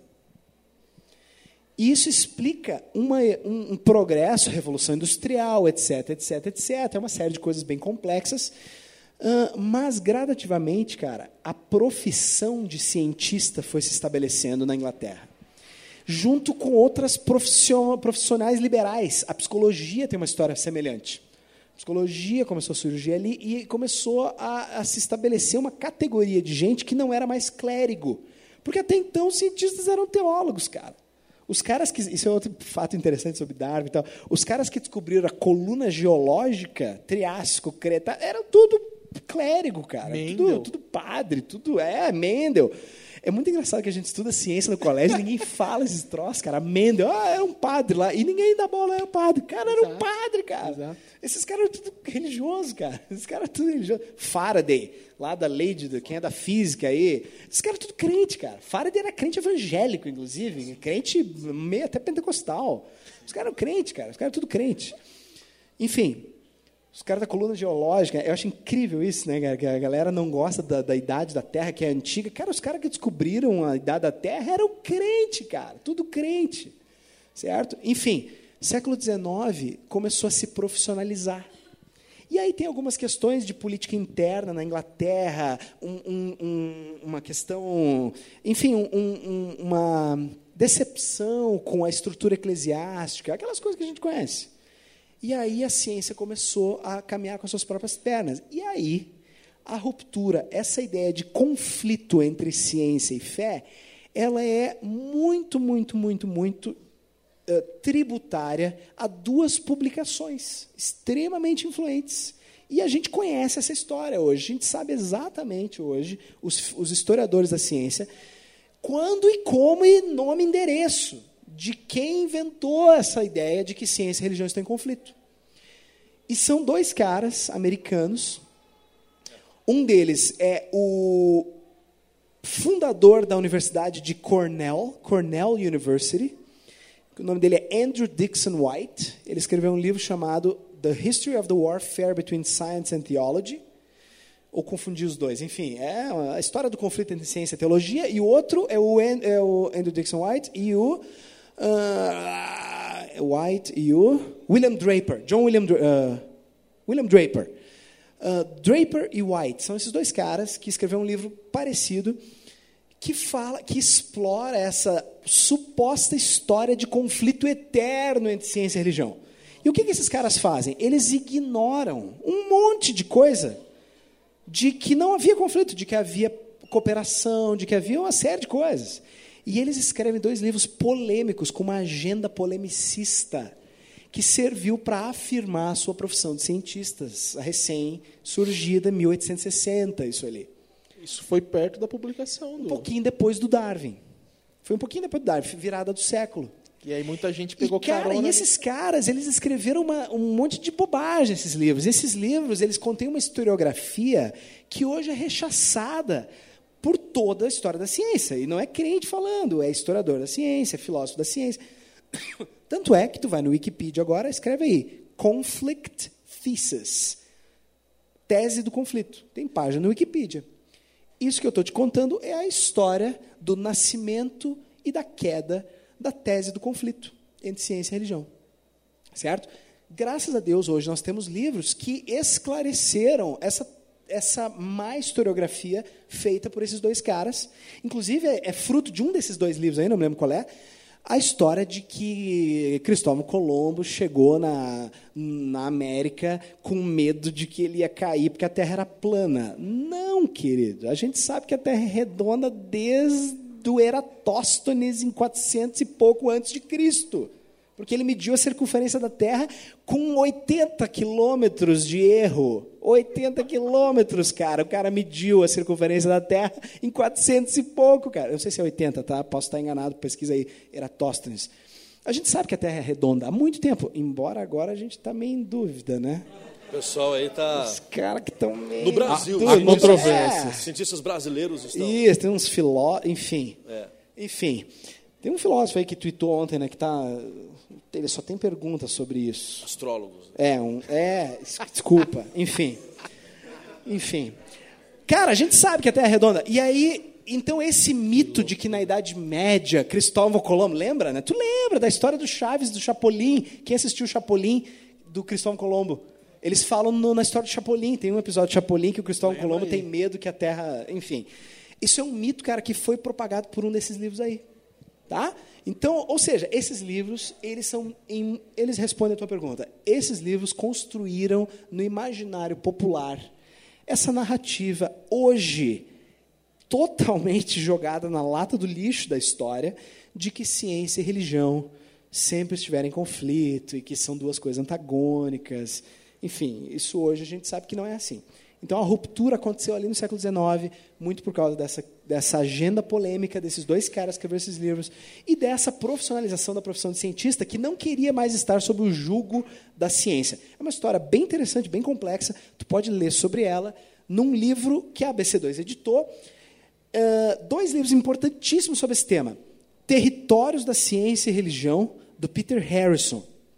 E isso explica uma, um, um progresso, revolução industrial, etc, etc, etcétera. É uma série de coisas bem complexas. Uh, mas, gradativamente, cara, a profissão de cientista foi se estabelecendo na Inglaterra. Junto com outras profissionais liberais. A psicologia tem uma história semelhante. A psicologia começou a surgir ali e começou a, a se estabelecer uma categoria de gente que não era mais clérigo. Porque até então os cientistas eram teólogos, cara. Os caras que... Isso é outro fato interessante sobre Darwin e tal. Os caras que descobriram a coluna geológica, Triássico, Creta, eram tudo clérigo, cara. Tudo, tudo padre, tudo... É, Mendel. É muito engraçado que a gente estuda ciência no colégio e ninguém fala esses troços, cara. Mendel, ah, era um padre lá. E ninguém dá bola, era um padre. Cara, era Exato. um padre, cara. Exato. Esses caras eram tudo religiosos, cara. Esses caras eram tudo religiosos. Faraday, lá da lei de quem é da física aí. Esses caras eram tudo crente, cara. Faraday era crente evangélico, inclusive. Crente meio até pentecostal. Os caras eram crente, cara. Os caras eram tudo crente. Enfim... Os caras da coluna geológica, eu acho incrível isso, né, cara? Que a galera não gosta da, da idade da Terra, que é antiga. Cara, os caras que descobriram a idade da Terra eram crente, cara. Tudo crente. Certo? Enfim, século dezenove começou a se profissionalizar. E aí tem algumas questões de política interna na Inglaterra, um, um, um, uma questão... Enfim, um, um, uma decepção com a estrutura eclesiástica, aquelas coisas que a gente conhece. E aí a ciência começou a caminhar com as suas próprias pernas. E aí, a ruptura, essa ideia de conflito entre ciência e fé, ela é muito, muito, muito, muito uh, tributária a duas publicações extremamente influentes. E a gente conhece essa história hoje. A gente sabe exatamente hoje, os, os historiadores da ciência, quando e como e nome e endereço de quem inventou essa ideia de que ciência e religião estão em conflito. E são dois caras americanos. Um deles é o fundador da Universidade de Cornell, Cornell University. O nome dele é Andrew Dickson White. Ele escreveu um livro chamado The History of the Warfare Between Science and Theology. Ou confundir os dois. Enfim, é a história do conflito entre ciência e teologia. E o outro é o, é o Andrew Dickson White e o... Uh, White e o William Draper, John William, uh, William Draper. Uh, Draper e White são esses dois caras que escreveram um livro parecido que fala, que explora essa suposta história de conflito eterno entre ciência e religião. E o que, que esses caras fazem? Eles ignoram um monte de coisa de que não havia conflito, de que havia cooperação, de que havia uma série de coisas. E eles escrevem dois livros polêmicos, com uma agenda polemicista, que serviu para afirmar a sua profissão de cientistas, a recém-surgida em mil oitocentos e sessenta, isso ali. Isso foi perto da publicação. Do... Um pouquinho depois do Darwin. Foi um pouquinho depois do Darwin, virada do século. E aí muita gente pegou e, cara, carona. E esses caras, eles escreveram uma, um monte de bobagem, esses livros. Esses livros, eles contêm uma historiografia que hoje é rechaçada por toda a história da ciência. E não é crente falando, é historiador da ciência, é filósofo da ciência. Tanto é que tu vai no Wikipedia agora, escreve aí, Conflict Thesis, tese do conflito. Tem página no Wikipedia. Isso que eu estou te contando é a história do nascimento e da queda da tese do conflito entre ciência e religião. Certo? Graças a Deus, hoje nós temos livros que esclareceram essa essa má historiografia feita por esses dois caras. Inclusive, é, é fruto de um desses dois livros aí, não me lembro qual é, a história de que Cristóvão Colombo chegou na, na América com medo de que ele ia cair porque a Terra era plana. Não, querido. A gente sabe que a Terra é redonda desde o Eratóstenes, em quatrocentos e pouco antes de Cristo. Porque ele mediu a circunferência da Terra com oitenta quilômetros de erro. oitenta quilômetros, cara. O cara mediu a circunferência da Terra em quatrocentos e pouco, cara. Eu não sei se é oitenta, tá? Posso estar enganado, pesquisa aí, Eratóstenes. A gente sabe que a Terra é redonda há muito tempo, embora agora a gente está meio em dúvida, né? O pessoal aí está... Os caras que estão meio... No Brasil. Há controvérsias. É. Cientistas brasileiros estão... Isso, tem uns filó... Enfim. É. Enfim. Tem um filósofo aí que tweetou ontem, né, que tá, ele só tem perguntas sobre isso. Astrólogos. É, um, é, desculpa, enfim. Enfim. Cara, a gente sabe que a Terra é redonda. E aí, então esse mito de que na Idade Média, Cristóvão Colombo, lembra, né? Tu lembra da história do Chaves, do Chapolin? Quem assistiu o Chapolin do Cristóvão Colombo? Eles falam no, na história do Chapolin. Tem um episódio de Chapolin que o Cristóvão Lembra Colombo aí. tem medo que a Terra... Enfim. Isso é um mito, cara, que foi propagado por um desses livros aí. Tá? Então, ou seja, esses livros, eles são, em, eles respondem a tua pergunta. Esses livros construíram no imaginário popular essa narrativa hoje totalmente jogada na lata do lixo da história de que ciência e religião sempre estiveram em conflito e que são duas coisas antagônicas. Enfim, isso hoje a gente sabe que não é assim. Então, a ruptura aconteceu ali no século dezenove, muito por causa dessa, dessa agenda polêmica desses dois caras que escreveram esses livros e dessa profissionalização da profissão de cientista que não queria mais estar sob o jugo da ciência. É uma história bem interessante, bem complexa. Tu pode ler sobre ela num livro que a A B C dois editou. Uh, dois livros importantíssimos sobre esse tema. Territórios da Ciência e Religião, do Peter Harrison.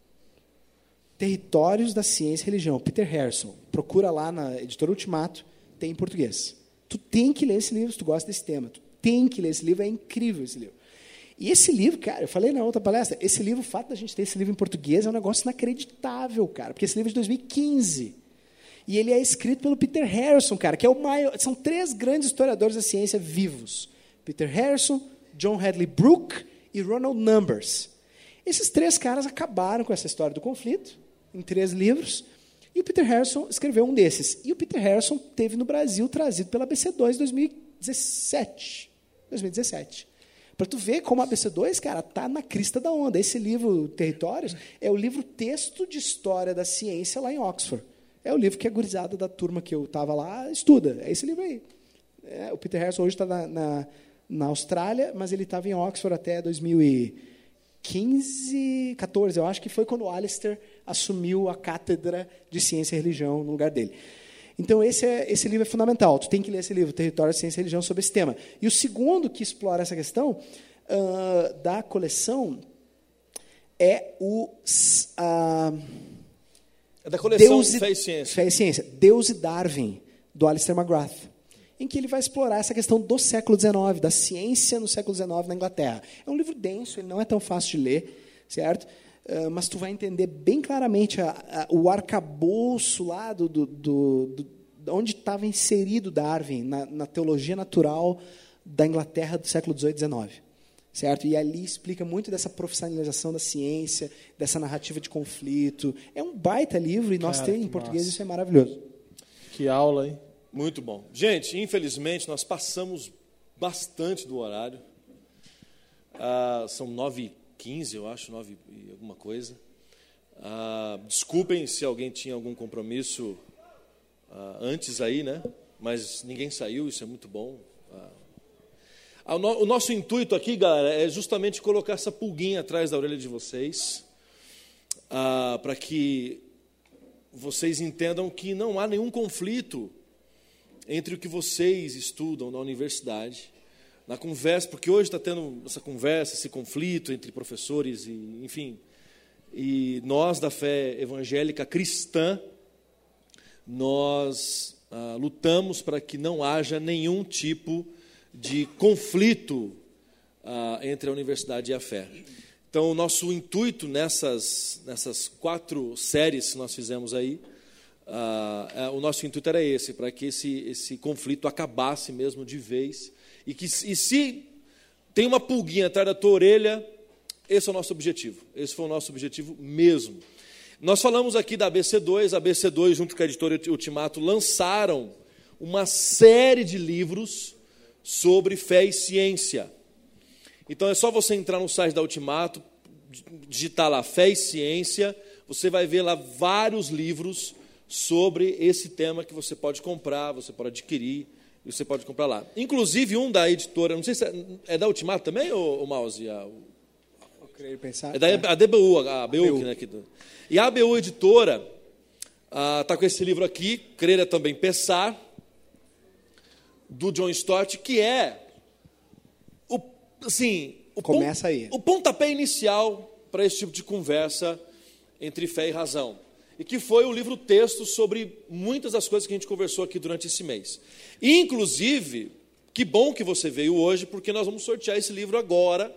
Territórios da Ciência e Religião, Peter Harrison. Procura lá na editora Ultimato, tem em português. Tu tem que ler esse livro se tu gosta desse tema. Tu tem que ler esse livro, é incrível esse livro. E esse livro, cara, eu falei na outra palestra, esse livro, o fato da gente ter esse livro em português é um negócio inacreditável, cara, porque esse livro é de dois mil e quinze. E ele é escrito pelo Peter Harrison, cara, que é o maior... São três grandes historiadores da ciência vivos. Peter Harrison, John Hadley Brooke e Ronald Numbers. Esses três caras acabaram com essa história do conflito, em três livros, e o Peter Harrison escreveu um desses. E o Peter Harrison teve no Brasil trazido pela A B C dois em dois mil e dezessete. dois mil e dezessete. Para tu ver como a A B C dois, cara, tá na crista da onda. Esse livro, Territórios, é o livro texto de história da ciência lá em Oxford. É o livro que a gurizada da turma que eu estava lá estuda. É esse livro aí. É, o Peter Harrison hoje está na, na, na Austrália, mas ele estava em Oxford até dois mil e quinze, quatorze, eu acho que foi quando o Alistair assumiu a cátedra de Ciência e Religião no lugar dele. Então, esse, é, esse livro é fundamental. Tu tem que ler esse livro, Território, Ciência e Religião, sobre esse tema. E o segundo que explora essa questão uh, da coleção é o... Uh, é da coleção Deus e, Fé e Ciência. Fé e Ciência. Deus e Darwin, do Alistair McGrath, em que ele vai explorar essa questão do século dezenove, da ciência no século dezenove na Inglaterra. É um livro denso, ele não é tão fácil de ler, certo? Uh, mas tu vai entender bem claramente a, a, o arcabouço lá do, do, do, do onde estava inserido Darwin na, na teologia natural da Inglaterra do século dezoito e dezenove. Certo? E ali explica muito dessa profissionalização da ciência, dessa narrativa de conflito. É um baita livro e nós Cara, temos em que português, massa. isso é maravilhoso. Que aula, hein? Muito bom. Gente, infelizmente, nós passamos bastante do horário. Ah, são nove e quinze, eu acho, nove e alguma coisa. Ah, desculpem se alguém tinha algum compromisso ah, antes aí, né? Mas ninguém saiu, isso é muito bom. Ah, o, no, o nosso intuito aqui, galera, é justamente colocar essa pulguinha atrás da orelha de vocês, ah, para que vocês entendam que não há nenhum conflito entre o que vocês estudam na universidade, na conversa, porque hoje está tendo essa conversa, esse conflito entre professores, e, enfim, e nós da fé evangélica cristã, nós ah, lutamos para que não haja nenhum tipo de conflito ah, entre a universidade e a fé. Então, o nosso intuito nessas, nessas quatro séries que nós fizemos aí, Uh, uh, o nosso intuito era esse, para que esse, esse conflito acabasse mesmo de vez, e que e se tem uma pulguinha atrás da tua orelha, esse é o nosso objetivo, esse foi o nosso objetivo mesmo. Nós falamos aqui da A B C dois, a A B C dois junto com a editora Ultimato lançaram uma série de livros sobre fé e ciência. Então é só você entrar no site da Ultimato, digitar lá fé e ciência, você vai ver lá vários livros sobre esse tema que você pode comprar, você pode adquirir, e você pode comprar lá. Inclusive, um da editora, não sei se é, é da Ultimato também, ou o Mouse? A, o, Eu creio pensar. é da é. A D B U, a, a B U, né? Aqui, e a A B U Editora está ah, com esse livro aqui, Crer é Também Pensar, do John Stott, que é, o, assim, o Começa pon- aí. O pontapé inicial para esse tipo de conversa entre fé e razão. E que foi o livro-texto sobre muitas das coisas que a gente conversou aqui durante esse mês. E, inclusive, que bom que você veio hoje, porque nós vamos sortear esse livro agora.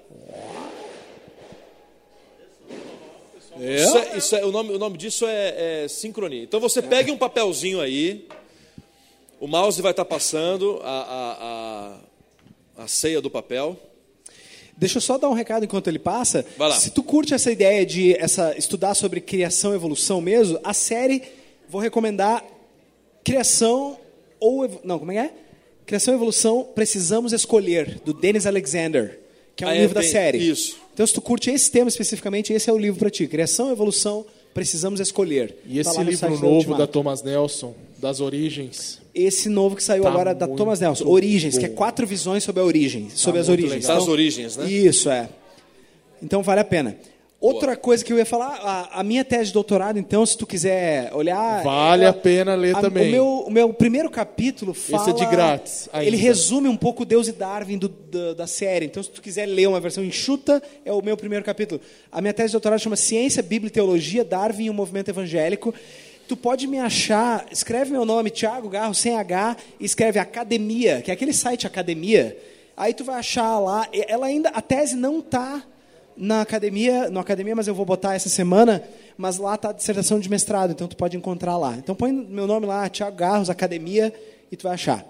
É? Isso é, isso é- o, nome, o nome disso é, é sincronia. Então você pegue um papelzinho aí, o mouse vai estar passando a, a, a, a ceia do papel. Deixa eu só dar um recado enquanto ele passa. Vai lá. Se tu curte essa ideia de essa, estudar sobre criação e evolução mesmo, a série, vou recomendar Criação ou... Evo- Não, como é que é? Criação e Evolução, Precisamos Escolher, do Dennis Alexander, que é um Ah, é, livro da tem- série. isso. Então, se tu curte esse tema especificamente, esse é o livro para ti. Criação e Evolução, Precisamos Escolher. E Tá esse lá no livro site da novo Ultimato. da Thomas Nelson, das origens, Esse novo que saiu Tá agora da muito Thomas Nelson, Origens, bom. que é quatro visões sobre a origem, sobre as muito origens. legal. Das origens, né? Isso, é. Então vale a pena. Outra coisa que eu ia falar, a, a minha tese de doutorado, então, se tu quiser olhar... Vale ela- a pena ler a- também. O meu, o meu primeiro capítulo fala... é de grátis ainda. Ele resume um pouco Deus e Darwin do, da, da série. Então, se tu quiser ler uma versão enxuta, é o meu primeiro capítulo. A minha tese de doutorado chama Ciência, Bíblia e Teologia, Darwin e o Movimento Evangélico. Tu pode me achar, escreve meu nome, Thiago Garro, sem H, e escreve Academia, que é aquele site Academia. Aí tu vai achar lá, ela ainda, a tese não está na academia, na academia, mas eu vou botar essa semana, mas lá está a dissertação de mestrado, então tu pode encontrar lá. Então põe meu nome lá, Thiago Garros, Academia, e tu vai achar.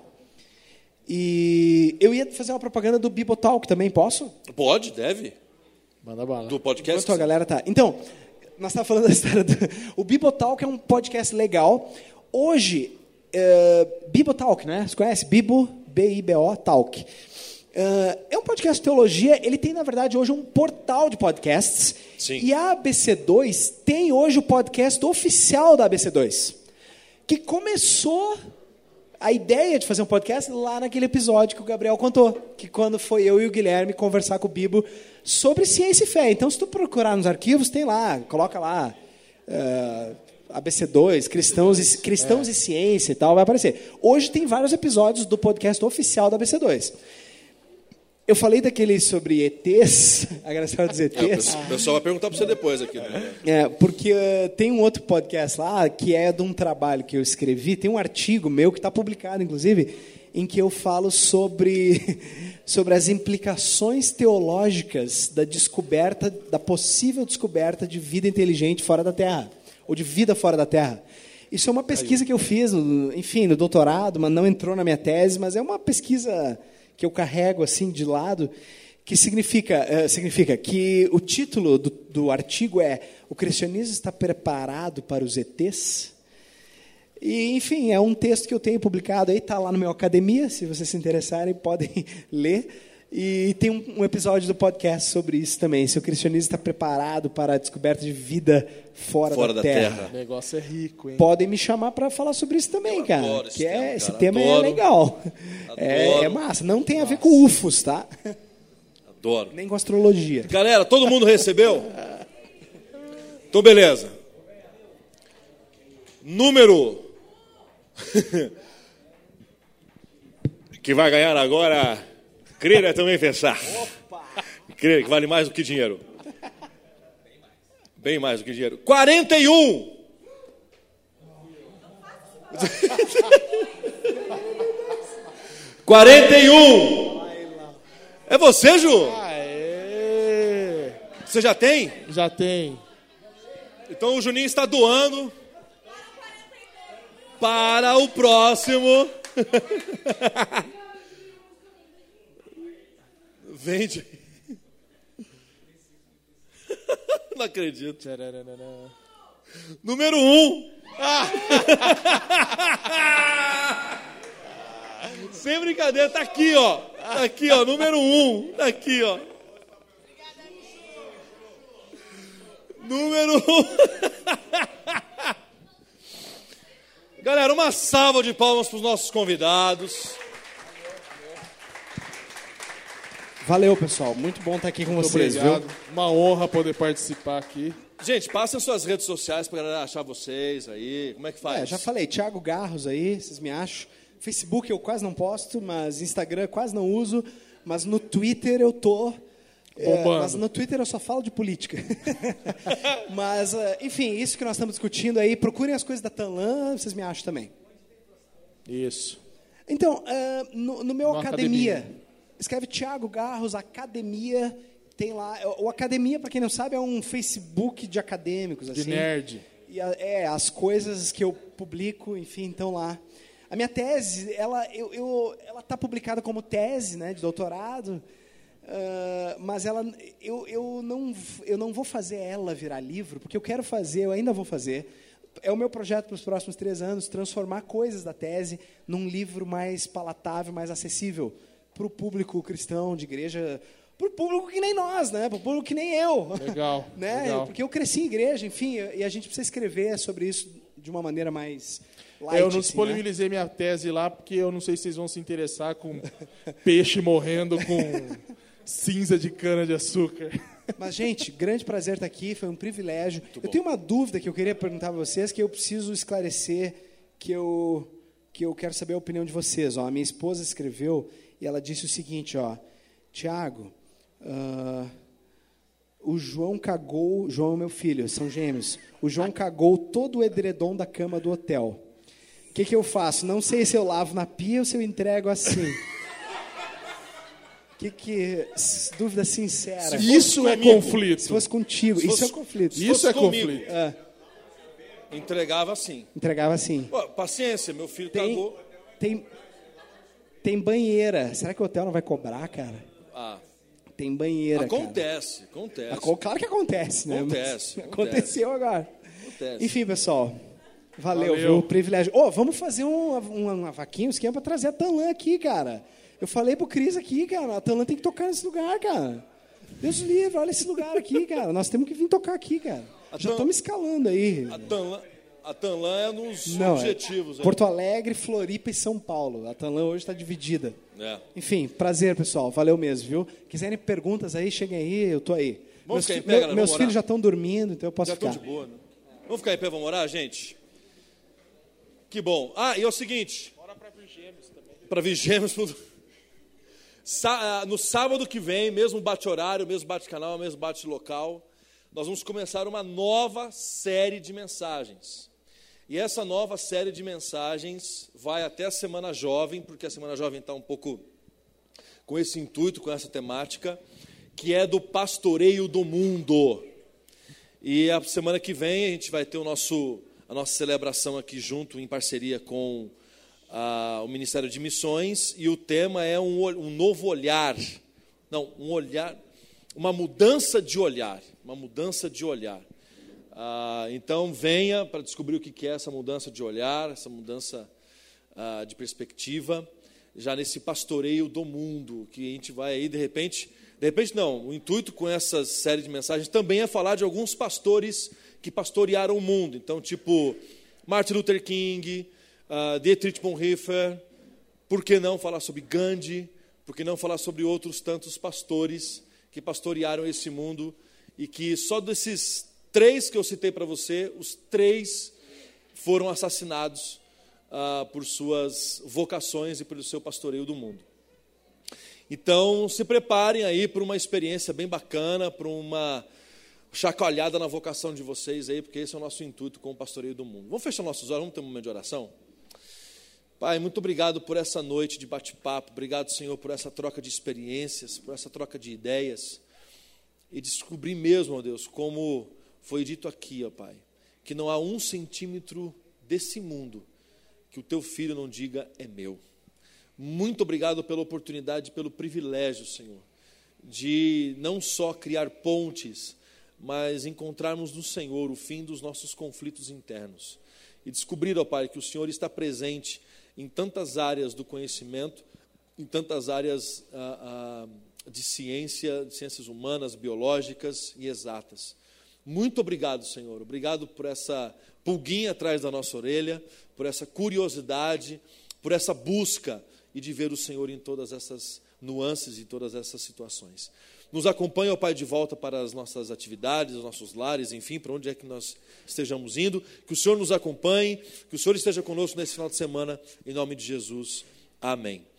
E eu ia fazer uma propaganda do Bibotalk também, posso? Pode, deve. manda bala. Do podcast. Enquanto a galera tá. Então, nós estávamos falando da história do... O Bibotalk é um podcast legal. Hoje, é... Bibotalk, né? Você conhece? Bibo, B I B O, Talk. Uh, é um podcast de teologia, ele tem, na verdade, hoje um portal de podcasts. Sim. E a A B C dois tem hoje o podcast oficial da A B C dois, que começou a ideia de fazer um podcast lá naquele episódio que o Gabriel contou, que quando foi eu e o Guilherme conversar com o Bibo sobre ciência e fé. Então, se tu procurar nos arquivos, tem lá, coloca lá... Uh, A B C dois, Cristãos, e, Cristãos é. e Ciência e tal, vai aparecer. Hoje tem vários episódios do podcast oficial da A B C dois. Eu falei daquele sobre E Tês, a Graciela dos E É, o Tês. pessoal- o pessoal vai perguntar para você depois aqui. Né? É, porque uh, tem um outro podcast lá, que é de um trabalho que eu escrevi, tem um artigo meu que está publicado, inclusive, em que eu falo sobre, sobre as implicações teológicas da descoberta, da possível descoberta de vida inteligente fora da Terra, ou de vida fora da Terra. Isso é uma pesquisa que eu fiz, no, enfim, no doutorado, mas não entrou na minha tese, mas é uma pesquisa que eu carrego assim de lado, que significa, uh, significa que o título do, do artigo é O cristianismo está preparado para os E Tês? E, enfim, é um texto que eu tenho publicado aí, está lá no meu Academia, se vocês se interessarem, podem ler. E tem um, um episódio do podcast sobre isso também, se o cristianismo está preparado para a descoberta de vida fora, Fora da, da terra. terra. O negócio é rico, hein? Podem me chamar para falar sobre isso também, Eu cara. adoro esse Que é, tema, esse cara. tema Adoro. é legal. É, Adoro. é massa. Não tem a ver com U F Os, tá? Adoro. Nem com astrologia. Galera, todo mundo recebeu? Então, beleza. Número que vai ganhar agora, crer é também pensar. Crer que vale mais do que dinheiro. Bem mais do que dinheiro. quarenta e um. quarenta e um. É você, Ju? Aê! Você já tem? Já tem. Então o Juninho está doando para o próximo. Vende. Não acredito. Tcharararara. Número um. Sem brincadeira, tá aqui, ó. Tá aqui, ó. Número um. Tá aqui, ó. Número um. Galera, uma salva de palmas para os nossos convidados. Valeu, pessoal. Muito bom estar aqui com Muito vocês, obrigado. viu? Uma honra poder participar aqui. Gente, passem suas redes sociais para a galera achar vocês aí. Como é que faz? É, já falei, Thiago Garros aí, vocês me acham. Facebook eu quase não posto, mas Instagram quase não uso, mas no Twitter eu tô. É, mas no Twitter eu só falo de política. Mas, enfim, isso que nós estamos discutindo aí. Procurem as coisas da Tanlan, vocês me acham também. Isso. Então, uh, no, no meu no academia, academia, escreve Thiago Garros, Academia, tem lá... O Academia, para quem não sabe, é um Facebook de acadêmicos. De assim, nerd. E a, é, as coisas que eu publico, enfim, estão lá. A minha tese, ela eu, eu, ela está publicada como tese, né, de doutorado, uh, mas ela, eu, eu, não, eu não vou fazer ela virar livro, porque eu quero fazer, eu ainda vou fazer. É o meu projeto para os próximos três anos, transformar coisas da tese num livro mais palatável, mais acessível para o público cristão de igreja, para o público que nem nós, né? Para o público que nem eu. Legal, né? legal. Porque eu cresci em igreja, enfim, e a gente precisa escrever sobre isso de uma maneira mais light. Eu não assim, disponibilizei né? minha tese lá, porque eu não sei se vocês vão se interessar com peixe morrendo com cinza de cana-de-açúcar. Mas, gente, grande prazer estar aqui, foi um privilégio. Eu tenho uma dúvida que eu queria perguntar para vocês, que eu preciso esclarecer, que eu, que eu quero saber a opinião de vocês. Ó, a minha esposa escreveu e ela disse o seguinte, ó, Tiago, uh, o João cagou, João é meu filho, são gêmeos, o João cagou todo o edredom da cama do hotel. O que, que eu faço? Não sei se eu lavo na pia ou se eu entrego assim. Que que dúvida sincera. Isso é conflito. Se fosse contigo, Se isso fosse, é conflito. Isso é comigo, conflito. É, entregava assim. entregava assim. Pô, paciência, meu filho Tem, cagou. tem, tem banheira. Será que o hotel não vai cobrar, cara? Ah, Tem banheira, acontece, acontece. cara. Claro que acontece, né? Acontece, Mas acontece. Aconteceu agora. Acontece. Enfim, pessoal. Valeu, Valeu. viu? Privilégio. Ô, vamos fazer um, uma, uma vaquinha, um esquema pra trazer a Tanlan aqui, cara. Eu falei pro Cris aqui, cara, a Tanlan tem que tocar nesse lugar, cara. Deus livre, olha esse lugar aqui, cara. Nós temos que vir tocar aqui, cara. A Já Tan- estamos escalando aí. A Tanlan, a Tanlan é um dos Não, objetivos. é Porto Alegre, Floripa e São Paulo. A Tanlan hoje está dividida. É. Enfim, prazer, pessoal. Valeu mesmo, viu? Quiserem perguntas aí, cheguem aí, eu tô aí. Vamos meus ficar em fi- pé, meu- galera, meus vamos filhos orar. já estão dormindo, então eu posso Já estão ficar. de boa, né? Vamos ficar em pé, vamos orar, gente? Que bom. Ah, e é o seguinte. Para Vigêmeos também. Sa- No sábado que vem, mesmo bate-horário, mesmo bate-canal, mesmo bate-local, nós vamos começar uma nova série de mensagens. E essa nova série de mensagens vai até a Semana Jovem, porque a Semana Jovem está um pouco com esse intuito, com essa temática, que é do pastoreio do mundo. E a semana que vem a gente vai ter o nosso, a nossa celebração aqui junto, em parceria com ah, o Ministério de Missões, e o tema é um, um novo olhar, não, um olhar, uma mudança de olhar, uma mudança de olhar. Ah, então venha para descobrir o que é essa mudança de olhar, essa mudança ah, de perspectiva, já nesse pastoreio do mundo, que a gente vai aí de repente... De repente, não, o intuito com essa série de mensagens também é falar de alguns pastores que pastorearam o mundo. Então, tipo, Martin Luther King, uh, Dietrich Bonhoeffer, por que não falar sobre Gandhi, por que não falar sobre outros tantos pastores que pastorearam esse mundo e que só desses três que eu citei para você, os três foram assassinados uh, por suas vocações e pelo seu pastoreio do mundo. Então, se preparem aí para uma experiência bem bacana, para uma chacoalhada na vocação de vocês aí, porque esse é o nosso intuito com o pastoreio do mundo. Vamos fechar nossos olhos, vamos ter um momento de oração? Pai, muito obrigado por essa noite de bate-papo, obrigado, Senhor, por essa troca de experiências, por essa troca de ideias, e descobrir mesmo, ó Deus, como foi dito aqui, ó Pai, que não há um centímetro desse mundo que o Teu Filho não diga é meu. Muito obrigado pela oportunidade, pelo privilégio, Senhor, de não só criar pontes, mas encontrarmos no Senhor o fim dos nossos conflitos internos. E descobrir, ó Pai, que o Senhor está presente em tantas áreas do conhecimento, em tantas áreas ah, ah, de ciência, de ciências humanas, biológicas e exatas. Muito obrigado, Senhor. Obrigado por essa pulguinha atrás da nossa orelha, por essa curiosidade, por essa busca e de ver o Senhor em todas essas nuances e todas essas situações. Nos acompanhe, ó Pai, de volta para as nossas atividades, os nossos lares, enfim, para onde é que nós estejamos indo. Que o Senhor nos acompanhe, que o Senhor esteja conosco nesse final de semana, em nome de Jesus. Amém.